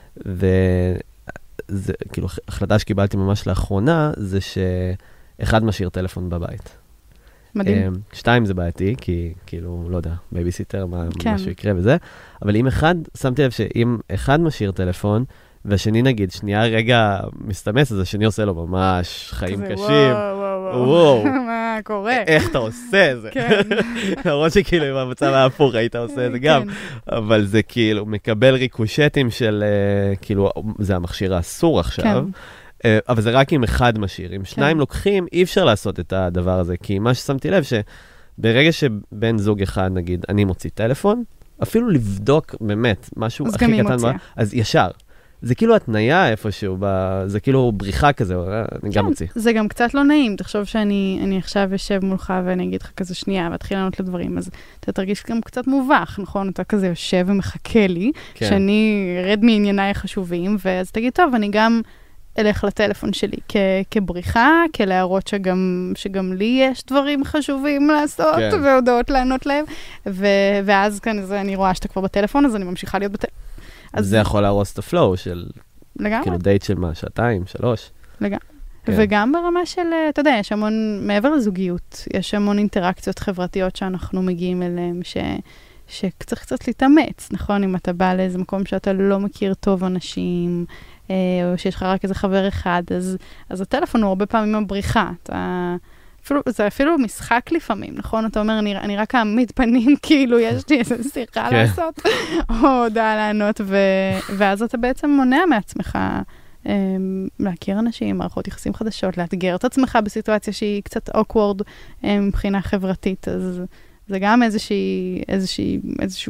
Speaker 1: וזה, כאילו, החלטה שקיבלתי ממש לאחרונה, זה שאחד משאיר טלפון בבית.
Speaker 2: מדהים.
Speaker 1: שתיים זה בעייתי, כי כאילו, לא יודע, בייביסיטר, מה, כן. משהו יקרה וזה. אבל אם אחד, שמתי לב שאם אחד משאיר טלפון, והשני נגיד, שנייה רגע מסתמס, אז השני עושה לו ממש חיים
Speaker 2: כזה,
Speaker 1: קשים.
Speaker 2: וואו, וואו,
Speaker 1: וואו.
Speaker 2: מה קורה?
Speaker 1: איך אתה עושה את זה?
Speaker 2: כן.
Speaker 1: למרות שכאילו, אם המצב ההפוך, היית עושה את זה גם. אבל זה כאילו, מקבל ריקושטים של, כאילו, זה המכשיר האסור עכשיו. כן. אבל זה רק אם אחד משאיר. אם שניים לוקחים, אי אפשר לעשות את הדבר הזה, כי מה ששמתי לב, שברגע שבן זוג אחד, נגיד, אני מוציא טלפון, אפילו לבדוק באמת משהו הכי קטן, מה, אז ישר. זה כאילו התניה איפשהו, זה כאילו בריחה כזה, אני גם מוציא.
Speaker 2: זה גם קצת לא נעים, תחשוב שאני עכשיו יושב מולך ואני אגיד לך כזה שנייה, ואתחיל לענות לדברים, אז אתה תרגיש גם קצת מובך, נכון? אתה כזה יושב ומחכה לי, שאני ארד מענייניי החשובים, ואז תגיד, טוב, אני גם אלך לטלפון שלי כ- כבריחה, כלהראות שגם, שגם לי יש דברים חשובים לעשות, כן. והודעות לענות להם, ו- ואז כאן זה, אני רואה שאתה כבר בטלפון, אז אני ממשיכה להיות בטלפון.
Speaker 1: אז זה יכול להרוס את הפלואו של,
Speaker 2: לגמרי.
Speaker 1: כאילו דייט של מה, שעתיים, שלוש.
Speaker 2: לגמרי. כן. וגם ברמה של, אתה יודע, יש המון, מעבר לזוגיות, יש המון אינטראקציות חברתיות שאנחנו מגיעים אליהם, ש... שצריך קצת להתאמץ, נכון? אם אתה בא לאיזה מקום שאתה לא מכיר טוב אנשים, או שיש לך רק איזה חבר אחד, אז, אז הטלפון הוא הרבה פעמים הבריחה. אתה, אפילו, זה אפילו משחק לפעמים, נכון? אתה אומר, אני, אני רק אעמיד פנים, כאילו יש לי איזו שיחה לעשות, או הודעה לענות, ו, ואז אתה בעצם מונע מעצמך להכיר אנשים, מערכות יחסים חדשות, לאתגר את עצמך בסיטואציה שהיא קצת awkward מבחינה חברתית, אז זה גם איזושהי, איזושהי, איזשהו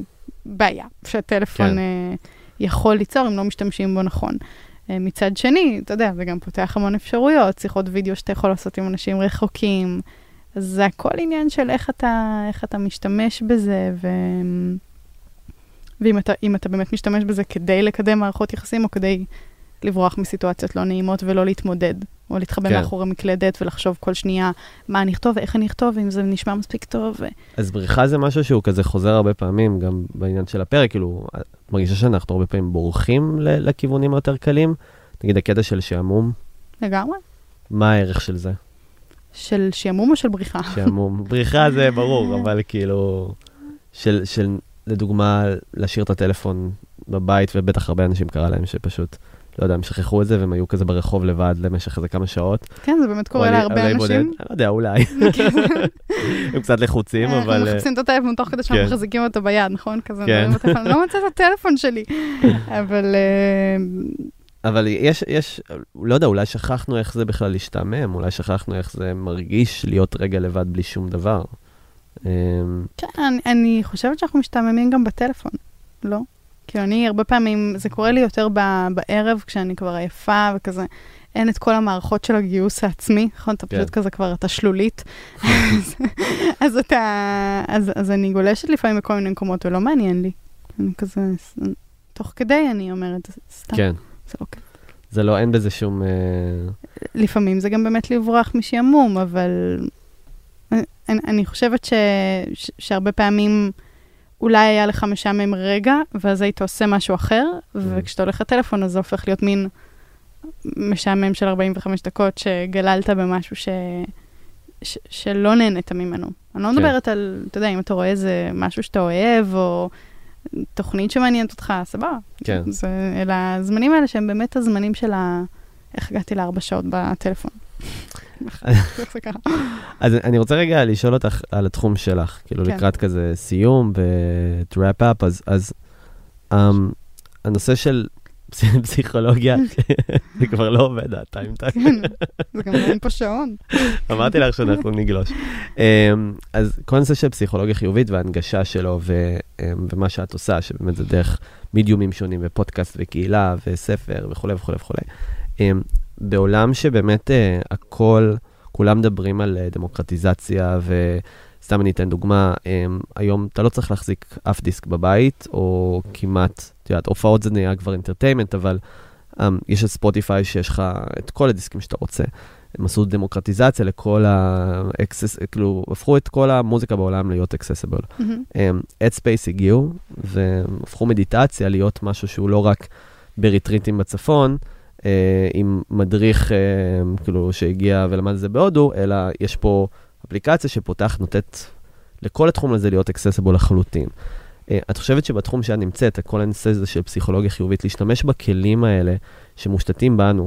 Speaker 2: בעיה, שהטלפון כן. יכול ליצור אם לא משתמשים בו נכון. מצד שני, אתה יודע, זה גם פותח המון אפשרויות, שיחות וידאו שאתה יכול לעשות עם אנשים רחוקים, אז זה הכל עניין של איך אתה, איך אתה משתמש בזה, ו... ואם אתה, אם אתה באמת משתמש בזה כדי לקדם מערכות יחסים, או כדי לברוח מסיטואציות לא נעימות ולא להתמודד, או להתחבא כן. מאחורי מקלדת ולחשוב כל שנייה מה אני אכתוב ואיך אני אכתוב, אם זה נשמע מספיק טוב. ו...
Speaker 1: אז בריחה זה משהו שהוא כזה חוזר הרבה פעמים, גם בעניין של הפרק, כאילו, את מרגישה שאנחנו הרבה פעמים בורחים לכיוונים יותר קלים, נגיד הקטע של שעמום.
Speaker 2: לגמרי.
Speaker 1: מה הערך של זה?
Speaker 2: של שעמום או של בריחה?
Speaker 1: שעמום. בריחה זה ברור, אבל כאילו, של, של, לדוגמה, להשאיר את הטלפון בבית, ובטח הרבה אנשים קרה להם שפשוט, לא יודע, הם שכחו את זה, והם היו כזה ברחוב לבד למשך איזה כמה שעות.
Speaker 2: כן, זה באמת קורה להרבה אנשים.
Speaker 1: אני לא יודע, אולי. הם קצת לחוצים, אבל...
Speaker 2: אנחנו מחפשים את הטלפון תוך כדי שאנחנו מחזיקים אותו ביד, נכון? כזה, אני לא מצא את הטלפון שלי. אבל...
Speaker 1: אבל יש, יש, לא יודע, אולי שכחנו איך זה בכלל להשתעמם, אולי שכחנו איך זה מרגיש להיות רגע לבד בלי שום דבר.
Speaker 2: כן, אני, אני חושבת שאנחנו משתעממים גם בטלפון, לא? כי אני הרבה פעמים, זה קורה לי יותר ב, בערב, כשאני כבר עייפה וכזה, אין את כל המערכות של הגיוס העצמי, נכון? אתה פשוט כזה כבר, אתה שלולית. אז אתה, אז, אז אני גולשת לפעמים בכל מיני מקומות, ולא מעניין לי. אני כזה, תוך כדי אני אומרת, סתם.
Speaker 1: כן.
Speaker 2: זה לא כן.
Speaker 1: זה לא, אין בזה שום...
Speaker 2: לפעמים זה גם באמת לברוח משעמום, אבל אני, אני חושבת ש, ש, שהרבה פעמים אולי היה לך משעמם רגע, ואז היית עושה משהו אחר, וכשאתה הולך לטלפון, אז זה הופך להיות מין משעמם של ארבעים וחמש דקות, שגללת במשהו ש, ש, שלא נהנית ממנו. אני לא מדברת על, אתה יודע, אם אתה רואה איזה משהו שאתה אוהב, או תוכנית שמעניינת אותך, סבבה.
Speaker 1: כן.
Speaker 2: זה, אלה הזמנים האלה שהם באמת הזמנים של ה... איך הגעתי לארבע שעות בטלפון. איך זה קרה?
Speaker 1: אז אני רוצה רגע לשאול אותך על התחום שלך, כאילו לקראת כזה סיום ו-wrap up, אז הנושא של פסיכולוגיה, זה כבר לא עובד, הטיים טיים.
Speaker 2: כן, זה גם אין פה שעון.
Speaker 1: אמרתי לך שאנחנו נגלוש. אז כל נושא של פסיכולוגיה חיובית וההנגשה שלו, ומה שאת עושה, שבאמת זה דרך מידיומים שונים, ופודקאסט וקהילה, וספר, וכו' וכו' וכו'. בעולם שבאמת הכל, כולם מדברים על דמוקרטיזציה, וסתם אני אתן דוגמה, היום אתה לא צריך להחזיק אף דיסק בבית, או כמעט, את יודעת, הופעות זה נהיה כבר אינטרטיימנט, אבל יש את ספוטיפיי שיש לך את כל הדיסקים שאתה רוצה. הם עשו דמוקרטיזציה לכל האקסס, כאילו, הפכו את כל המוזיקה בעולם להיות אקססיבל. Headspace הגיעו, והפכו מדיטציה להיות משהו שהוא לא רק בריטריטים בצפון, עם מדריך כאילו שהגיע ולמד את זה בהודו, אלא יש פה אפליקציה שפותח, נותנת לכל התחום הזה להיות אקססיבל לחלוטין. את חושבת שבתחום שאת נמצאת, כל הנושא הזה של פסיכולוגיה חיובית, להשתמש בכלים האלה שמושתתים בנו,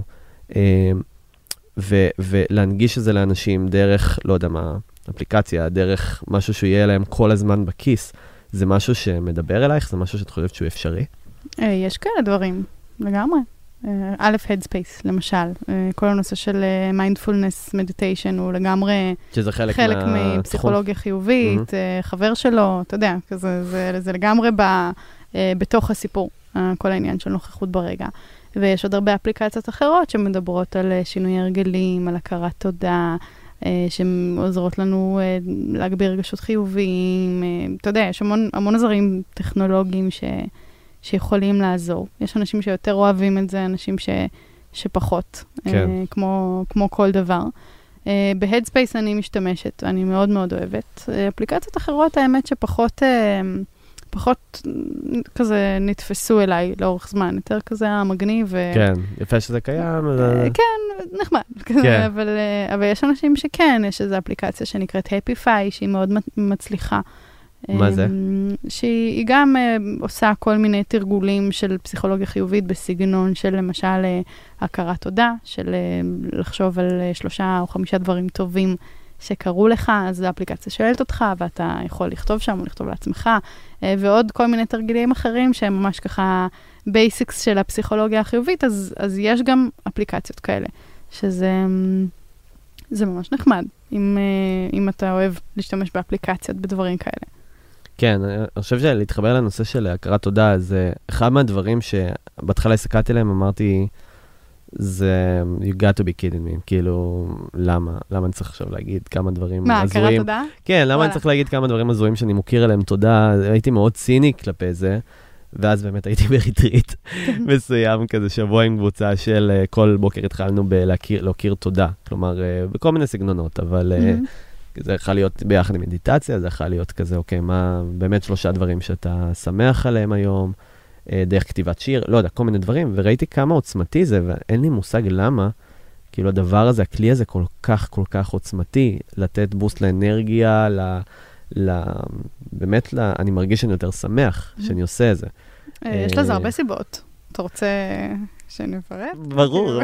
Speaker 1: ו- ולהנגיש את זה לאנשים דרך, לא יודע מה, אפליקציה, דרך משהו שיהיה להם כל הזמן בכיס, זה משהו שמדבר אלייך? זה משהו שאת חושבת שהוא אפשרי?
Speaker 2: יש כאלה דברים, לגמרי. א', Headspace, למשל. כל הנושא של מיינדפולנס מדיטיישן הוא לגמרי
Speaker 1: שזה חלק,
Speaker 2: חלק מפסיכולוגיה חיובית, mm-hmm. חבר שלו, אתה יודע, כזה, זה, זה לגמרי ב, בתוך הסיפור, כל העניין של נוכחות ברגע. ויש עוד הרבה אפליקציות אחרות שמדברות על שינוי הרגלים, על הכרת תודה, שעוזרות לנו להגביר רגשות חיוביים. אתה יודע, יש המון, המון עזרים טכנולוגיים ש... שיכולים לעזור. יש אנשים שיותר אוהבים את זה, אנשים ש, שפחות,
Speaker 1: כן.
Speaker 2: אה, כמו, כמו כל דבר. אה, ב-Headspace אני משתמשת, אני מאוד מאוד אוהבת. אה, אפליקציות אחרות, האמת שפחות אה, פחות כזה נתפסו אליי לאורך זמן, יותר כזה המגניב. ו...
Speaker 1: כן, יפה שזה קיים.
Speaker 2: אה, כן, נחמד. כן. אבל, אה, אבל יש אנשים שכן, יש איזו אפליקציה שנקראת Happify, שהיא מאוד מצליחה.
Speaker 1: מה זה?
Speaker 2: שהיא גם uh, עושה כל מיני תרגולים של פסיכולוגיה חיובית בסגנון של למשל uh, הכרת תודה, של uh, לחשוב על uh, שלושה או חמישה דברים טובים שקרו לך, אז האפליקציה שואלת אותך, ואתה יכול לכתוב שם או לכתוב לעצמך, uh, ועוד כל מיני תרגילים אחרים שהם ממש ככה בייסיקס של הפסיכולוגיה החיובית, אז, אז יש גם אפליקציות כאלה, שזה זה ממש נחמד, אם, uh, אם אתה אוהב להשתמש באפליקציות בדברים כאלה.
Speaker 1: כן, אני חושב שלהתחבר לנושא של הכרת תודה, זה אחד מהדברים שבהתחלה הסתכלתי עליהם, אמרתי, זה, you got to be kidding me, כאילו, למה? למה אני צריך עכשיו להגיד כמה דברים
Speaker 2: מה,
Speaker 1: הזויים?
Speaker 2: הכרת תודה?
Speaker 1: כן, למה אני צריך להגיד כמה דברים הזויים שאני מוכיר עליהם תודה? הייתי מאוד ציני כלפי זה, ואז באמת הייתי בריטריט מסוים, כזה שבוע עם קבוצה של כל בוקר התחלנו בלהכיר תודה, כלומר, בכל מיני סגנונות, אבל זה יכול להיות ביחד עם מדיטציה, זה יכול להיות כזה, אוקיי, מה באמת שלושה דברים שאתה שמח עליהם היום, דרך כתיבת שיר, לא יודע, כל מיני דברים, וראיתי כמה עוצמתי זה, ואין לי מושג למה, כאילו הדבר הזה, הכלי הזה כל כך, כל כך עוצמתי, לתת בוסט לאנרגיה, ל... ל... באמת, ל... אני מרגיש שאני יותר שמח שאני עושה את זה.
Speaker 2: יש לזה הרבה סיבות. אתה רוצה שאני אפרט?
Speaker 1: ברור.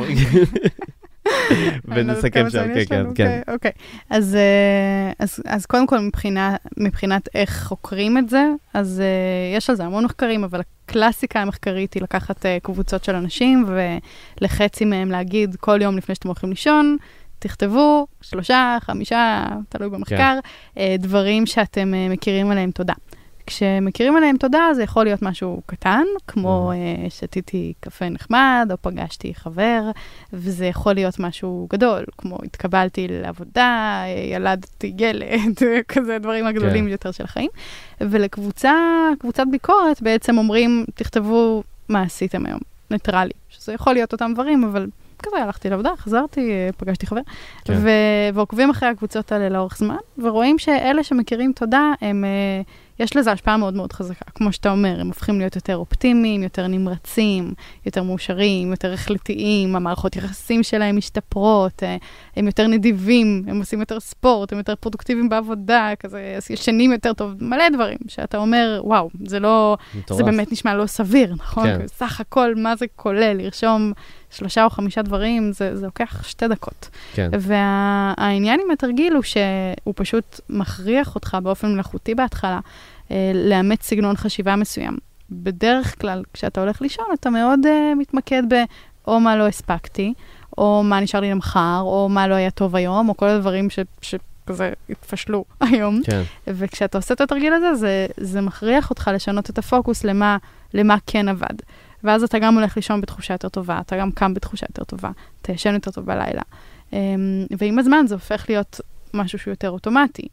Speaker 1: ונסכם שם, כן, כן, כן.
Speaker 2: אוקיי, אז, אז, אז קודם כל מבחינה, מבחינת איך חוקרים את זה, אז יש על זה המון מחקרים, אבל הקלאסיקה המחקרית היא לקחת קבוצות של אנשים, ולחצי מהם להגיד כל יום לפני שאתם הולכים לישון, תכתבו שלושה, חמישה, תלוי במחקר, דברים שאתם מכירים עליהם תודה. כשמכירים עליהם תודה, זה יכול להיות משהו קטן, כמו uh, שתיתי קפה נחמד, או פגשתי חבר, וזה יכול להיות משהו גדול, כמו התקבלתי לעבודה, ילדתי ילד, כזה דברים הגדולים yeah. יותר של החיים. ולקבוצה, קבוצת ביקורת, בעצם אומרים, תכתבו מה עשיתם היום, ניטרלי, שזה יכול להיות אותם דברים, אבל כזה הלכתי לעבודה, חזרתי, פגשתי חבר, כן. ו- ועוקבים אחרי הקבוצות האלה לאורך זמן, ורואים שאלה שמכירים תודה, הם... יש לזה השפעה מאוד מאוד חזקה. כמו שאתה אומר, הם הופכים להיות יותר אופטימיים, יותר נמרצים, יותר מאושרים, יותר החלטיים, המערכות יחסים שלהם משתפרות, הם יותר נדיבים, הם עושים יותר ספורט, הם יותר פרודוקטיביים בעבודה, כזה, ישנים יותר טוב, מלא דברים, שאתה אומר, וואו, זה לא, מטורף. זה באמת נשמע לא סביר, נכון? כן. סך הכל, מה זה כולל? לרשום שלושה או חמישה דברים, זה, זה לוקח שתי דקות. כן. והעניין עם התרגיל הוא שהוא פשוט מכריח אותך באופן מלאכותי בהתחלה, לאמץ סגנון חשיבה מסוים. בדרך כלל, כשאתה הולך לישון, אתה מאוד uh, מתמקד ב, או מה לא הספקתי, או מה נשאר לי למחר, או מה לא היה טוב היום, או כל הדברים ש, שכזה התפשלו היום. כן. וכשאתה עושה את התרגיל הזה, זה, זה מכריח אותך לשנות את הפוקוס למה, למה כן עבד. ואז אתה גם הולך לישון בתחושה יותר טובה, אתה גם קם בתחושה יותר טובה, אתה ישן יותר טוב בלילה. Um, ועם הזמן זה הופך להיות משהו שהוא יותר אוטומטי.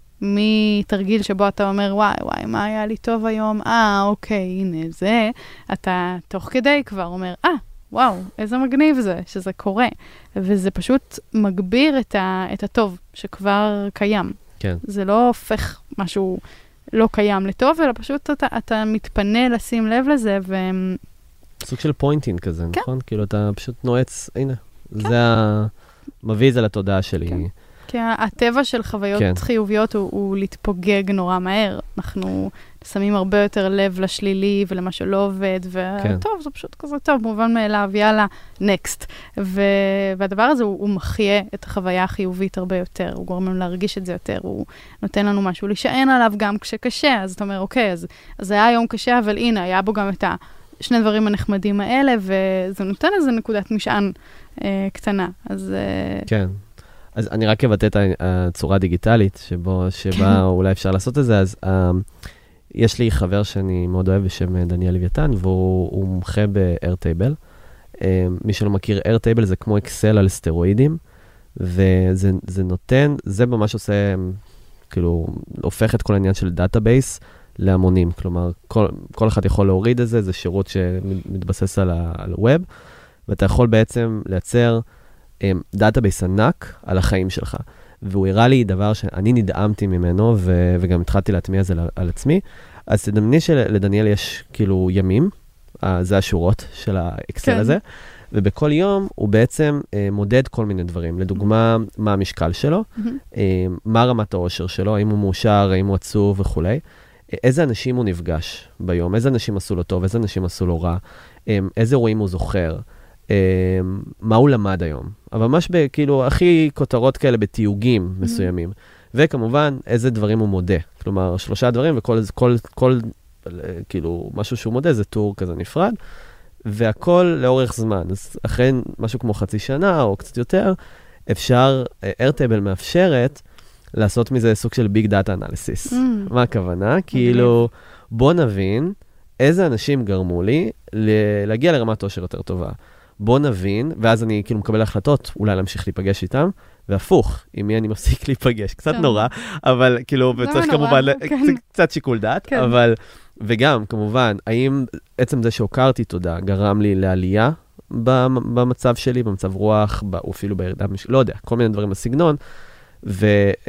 Speaker 2: מתרגיל שבו אתה אומר, וואי, וואי, מה היה לי טוב היום? אה, אוקיי, הנה, זה. אתה תוך כדי כבר אומר, אה, וואו, איזה מגניב זה, שזה קורה. וזה פשוט מגביר את, ה, את הטוב שכבר קיים. כן. זה לא הופך משהו לא קיים לטוב, אלא פשוט אתה, אתה מתפנה לשים לב לזה, ו...
Speaker 1: סוג של פוינטינג כזה, כן. נכון? כאילו, אתה פשוט נועץ, הנה, כן. זה ה... מביא את זה לתודעה שלי. כן.
Speaker 2: כי הטבע של חוויות כן. חיוביות הוא, הוא להתפוגג נורא מהר. אנחנו שמים הרבה יותר לב לשלילי ולמה שלא עובד, וטוב, כן. זה פשוט כזה טוב, מובן מאליו, יאללה, נקסט. ו... והדבר הזה הוא, הוא מחיה את החוויה החיובית הרבה יותר, הוא גורם לנו להרגיש את זה יותר, הוא נותן לנו משהו להישען עליו גם כשקשה, אז אתה אומר, אוקיי, אז, אז זה היה יום קשה, אבל הנה, היה בו גם את השני דברים הנחמדים האלה, וזה נותן איזו נקודת משען אה, קטנה. אז... אה,
Speaker 1: כן. אז אני רק אבטא את הצורה הדיגיטלית, שבו, שבה אולי אפשר לעשות את זה, אז uh, יש לי חבר שאני מאוד אוהב בשם דניאל לוויתן, והוא מומחה ב-Airtable. Uh, מי שלא מכיר, Airtable זה כמו אקסל על סטרואידים, וזה זה נותן, זה ממש עושה, כאילו, הופך את כל העניין של דאטאבייס להמונים. כלומר, כל, כל אחד יכול להוריד את זה, זה שירות שמתבסס על הווב, ואתה יכול בעצם לייצר דאטאבייס ענק על החיים שלך. והוא הראה לי דבר שאני נדאמתי ממנו, ו- וגם התחלתי להטמיע זה על עצמי. אז תדמני שלדניאל יש כאילו ימים, זה השורות של האקסל כן. הזה, ובכל יום הוא בעצם אה, מודד כל מיני דברים. לדוגמה, מה המשקל שלו, mm-hmm. אה, מה רמת האושר שלו, האם הוא מאושר, האם הוא עצוב וכו'. איזה אנשים הוא נפגש ביום, איזה אנשים עשו לו טוב, איזה אנשים עשו לו רע, אה, איזה אירועים הוא זוכר, מה הוא למד היום. אבל ממש כאילו הכי כותרות כאלה בתיוגים מסוימים. וכמובן, איזה דברים הוא מודה. כלומר, שלושה דברים, וכל כל, כל, כאילו, משהו שהוא מודה, זה טור כזה נפרד, והכל לאורך זמן. אז אחרי משהו כמו חצי שנה, או קצת יותר, אפשר, Airtable מאפשרת לעשות מזה סוג של ביג דאטה אנליסיס. מה הכוונה? כאילו, בוא נבין איזה אנשים גרמו לי להגיע לרמת עושר יותר טובה. בוא נבין, ואז אני כאילו מקבל החלטות, אולי להמשיך להיפגש איתם, והפוך, עם מי אני מפסיק להיפגש. קצת נורא, אבל כאילו, וצריך כמובן קצת שיקול דעת, אבל, וגם, כמובן, האם עצם זה שהוקרתי תודה, גרם לי לעלייה במצב שלי, במצב רוח, או אפילו בירידה, לא יודע, כל מיני דברים בסגנון, ו...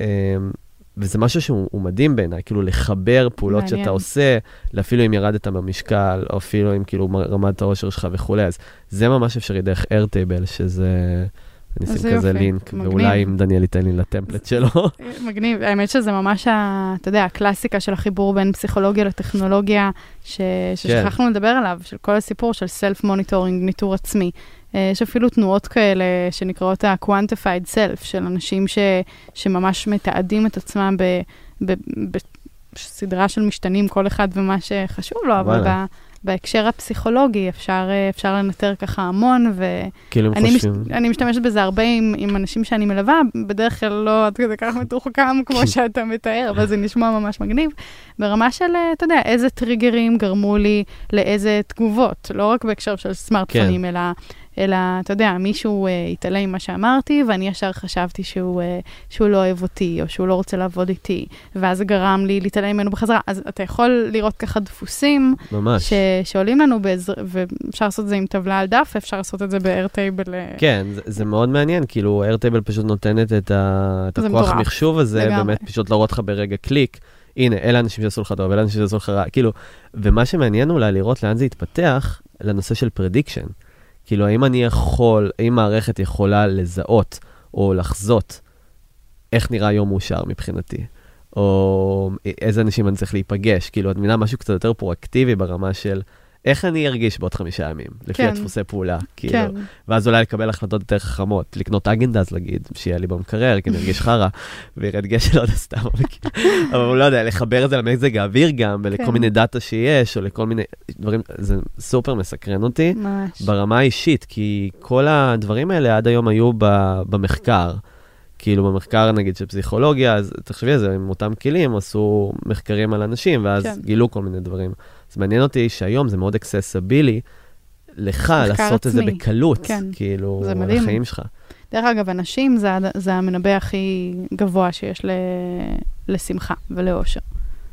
Speaker 1: וזה משהו שהוא מדהים בעיניי, כאילו לחבר פעולות מעניין. שאתה עושה, אפילו אם ירדת במשקל, או אפילו אם כאילו רמת העושר שלך וכו'. אז זה ממש אפשרי דרך Airtable, שזה, אני אשים כזה יופי. לינק, מגניב. ואולי אם דניאל ייתן לי לטמפלט שלו.
Speaker 2: מגניב, האמת שזה ממש, אתה יודע, הקלאסיקה של החיבור בין פסיכולוגיה לטכנולוגיה, ש... ששכחנו כן. לדבר עליו, של כל הסיפור של סלף-מוניטורינג, ניטור עצמי. יש אפילו תנועות כאלה שנקראות ה-quantified self, של אנשים ש, שממש מתעדים את עצמם ב, ב, בסדרה של משתנים, כל אחד ומה שחשוב לו, אבל ב, בהקשר הפסיכולוגי אפשר, אפשר לנטר ככה המון, ואני מש, אני משתמשת בזה הרבה עם, עם אנשים שאני מלווה, בדרך כלל לא עד כדי כך מתוחכם כמו שאתה מתאר, אבל זה נשמע ממש מגניב, ברמה של, אתה יודע, איזה טריגרים גרמו לי לאיזה תגובות, לא רק בהקשר של סמארטפונים, אלא... אלא, אתה יודע, מישהו uh, יתעלה עם מה שאמרתי, ואני ישר חשבתי שהוא, uh, שהוא לא אוהב אותי, או שהוא לא רוצה לעבוד איתי, ואז זה גרם לי להתעלה ממנו בחזרה. אז אתה יכול לראות ככה דפוסים, ש, שעולים לנו, בעזר, ואפשר לעשות את זה עם טבלה על דף, אפשר לעשות את זה ב-Airtable.
Speaker 1: כן, זה, זה מאוד מעניין, כאילו, Airtable פשוט נותנת את, ה, את הכוח מחשוב הזה, לגמרי. באמת פשוט להראות לך ברגע קליק, הנה, אלה אנשים שעשו לך טוב, אלה אנשים שעשו לך רע, כאילו, ומה שמעניין אולי לראות לאן זה יתפתח, לנושא של prediction. כאילו, האם אני יכול, האם מערכת יכולה לזהות או לחזות איך נראה יום מאושר מבחינתי, או איזה אנשים אני צריך להיפגש, כאילו, את מבינה משהו קצת יותר פרואקטיבי ברמה של איך אני ארגיש בעוד חמישה ימים, לפי כן. הדפוסי פעולה, כאילו, כן. ואז אולי לקבל החלטות יותר חכמות, לקנות אגנדז, להגיד, שיהיה לי במקרר, כי אני ארגיש חרא, וירד גשל עוד הסתם, אבל הוא לא יודע, לחבר את זה למזג האוויר גם, ולכל כן. מיני דאטה שיש, או לכל מיני דברים, זה סופר מסקרן אותי, ממש. ברמה האישית, כי כל הדברים האלה עד היום היו במחקר, כאילו במחקר נגיד של פסיכולוגיה, אז תחשבי על זה, עם אותם כלים עשו מחקרים על אנשים, ואז כן. גילו כל מיני דברים. אז מעניין אותי שהיום זה מאוד אקססיבילי לך לעשות עצמי. את זה בקלות, כן. כאילו, על החיים שלך.
Speaker 2: דרך אגב, אנשים זה, זה המנבא הכי גבוה שיש ל, לשמחה ולאושר.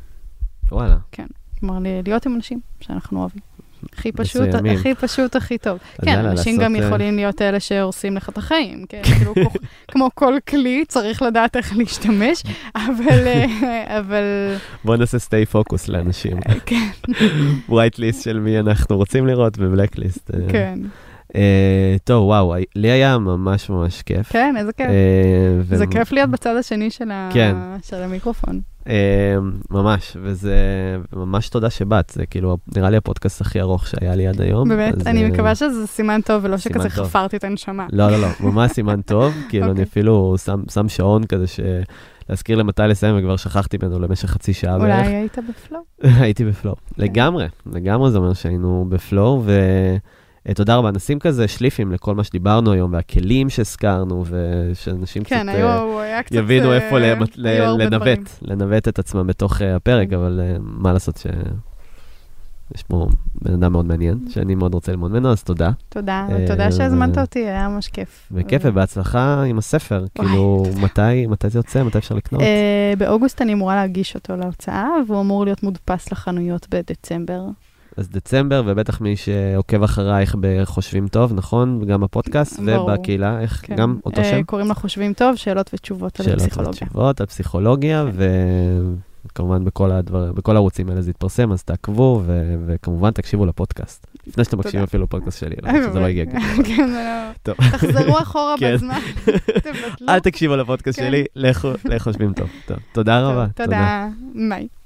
Speaker 1: וואלה.
Speaker 2: כן, כלומר, להיות עם אנשים שאנחנו אוהבים. הכי פשוט, הכי פשוט, הכי טוב. כן, אנשים גם יכולים להיות אלה שהורסים לך את החיים, כן, כאילו, כמו כל כלי, צריך לדעת איך להשתמש, אבל, אבל...
Speaker 1: בוא נעשה סטי פוקוס לאנשים. כן. ווייט ליסט של מי אנחנו רוצים לראות, ובלק ליסט.
Speaker 2: כן.
Speaker 1: טוב, וואו, לי היה ממש ממש כיף.
Speaker 2: כן, איזה כיף. זה כיף להיות בצד השני של המיקרופון.
Speaker 1: ממש, וזה ממש תודה שבאת, זה כאילו נראה לי הפודקאסט הכי ארוך שהיה לי עד היום.
Speaker 2: באמת, אני מקווה שזה סימן טוב, ולא שכזה חפרתי את הנשמה.
Speaker 1: לא, לא, לא, ממש סימן טוב, כאילו אני אפילו שם שעון כזה להזכיר למתי לסיים, וכבר שכחתי ממנו למשך חצי שעה בערך.
Speaker 2: אולי היית בפלואו?
Speaker 1: הייתי בפלואו, לגמרי, לגמרי זה אומר שהיינו בפלואו, ו... תודה רבה, נשים כזה שליפים לכל מה שדיברנו היום, והכלים שהזכרנו, ושאנשים קצת יבינו איפה לנווט, לנווט את עצמם בתוך הפרק, אבל מה לעשות שיש פה בן אדם מאוד מעניין, שאני מאוד רוצה ללמוד ממנו, אז תודה.
Speaker 2: תודה, תודה שהזמנת אותי, היה ממש כיף.
Speaker 1: וכיף, ובהצלחה עם הספר, כאילו, מתי זה יוצא, מתי אפשר לקנות?
Speaker 2: באוגוסט אני אמורה להגיש אותו להוצאה, והוא אמור להיות מודפס לחנויות בדצמבר.
Speaker 1: אז דצמבר, ובטח מי שעוקב אחרייך בחושבים טוב, נכון? וגם בפודקאסט, ובקהילה, איך גם אותו שם?
Speaker 2: קוראים לה חושבים טוב, שאלות ותשובות על פסיכולוגיה.
Speaker 1: שאלות ותשובות על פסיכולוגיה, וכמובן בכל הערוצים האלה זה יתפרסם, אז תעקבו, וכמובן תקשיבו לפודקאסט. לפני שאתם מקשיבים אפילו לפודקאסט שלי, זה לא יגיע.
Speaker 2: כן, זה לא. תחזרו אחורה בזמן.
Speaker 1: אל תקשיבו לפודקאסט שלי, לחושבים טוב. תודה רבה.
Speaker 2: תודה. ביי.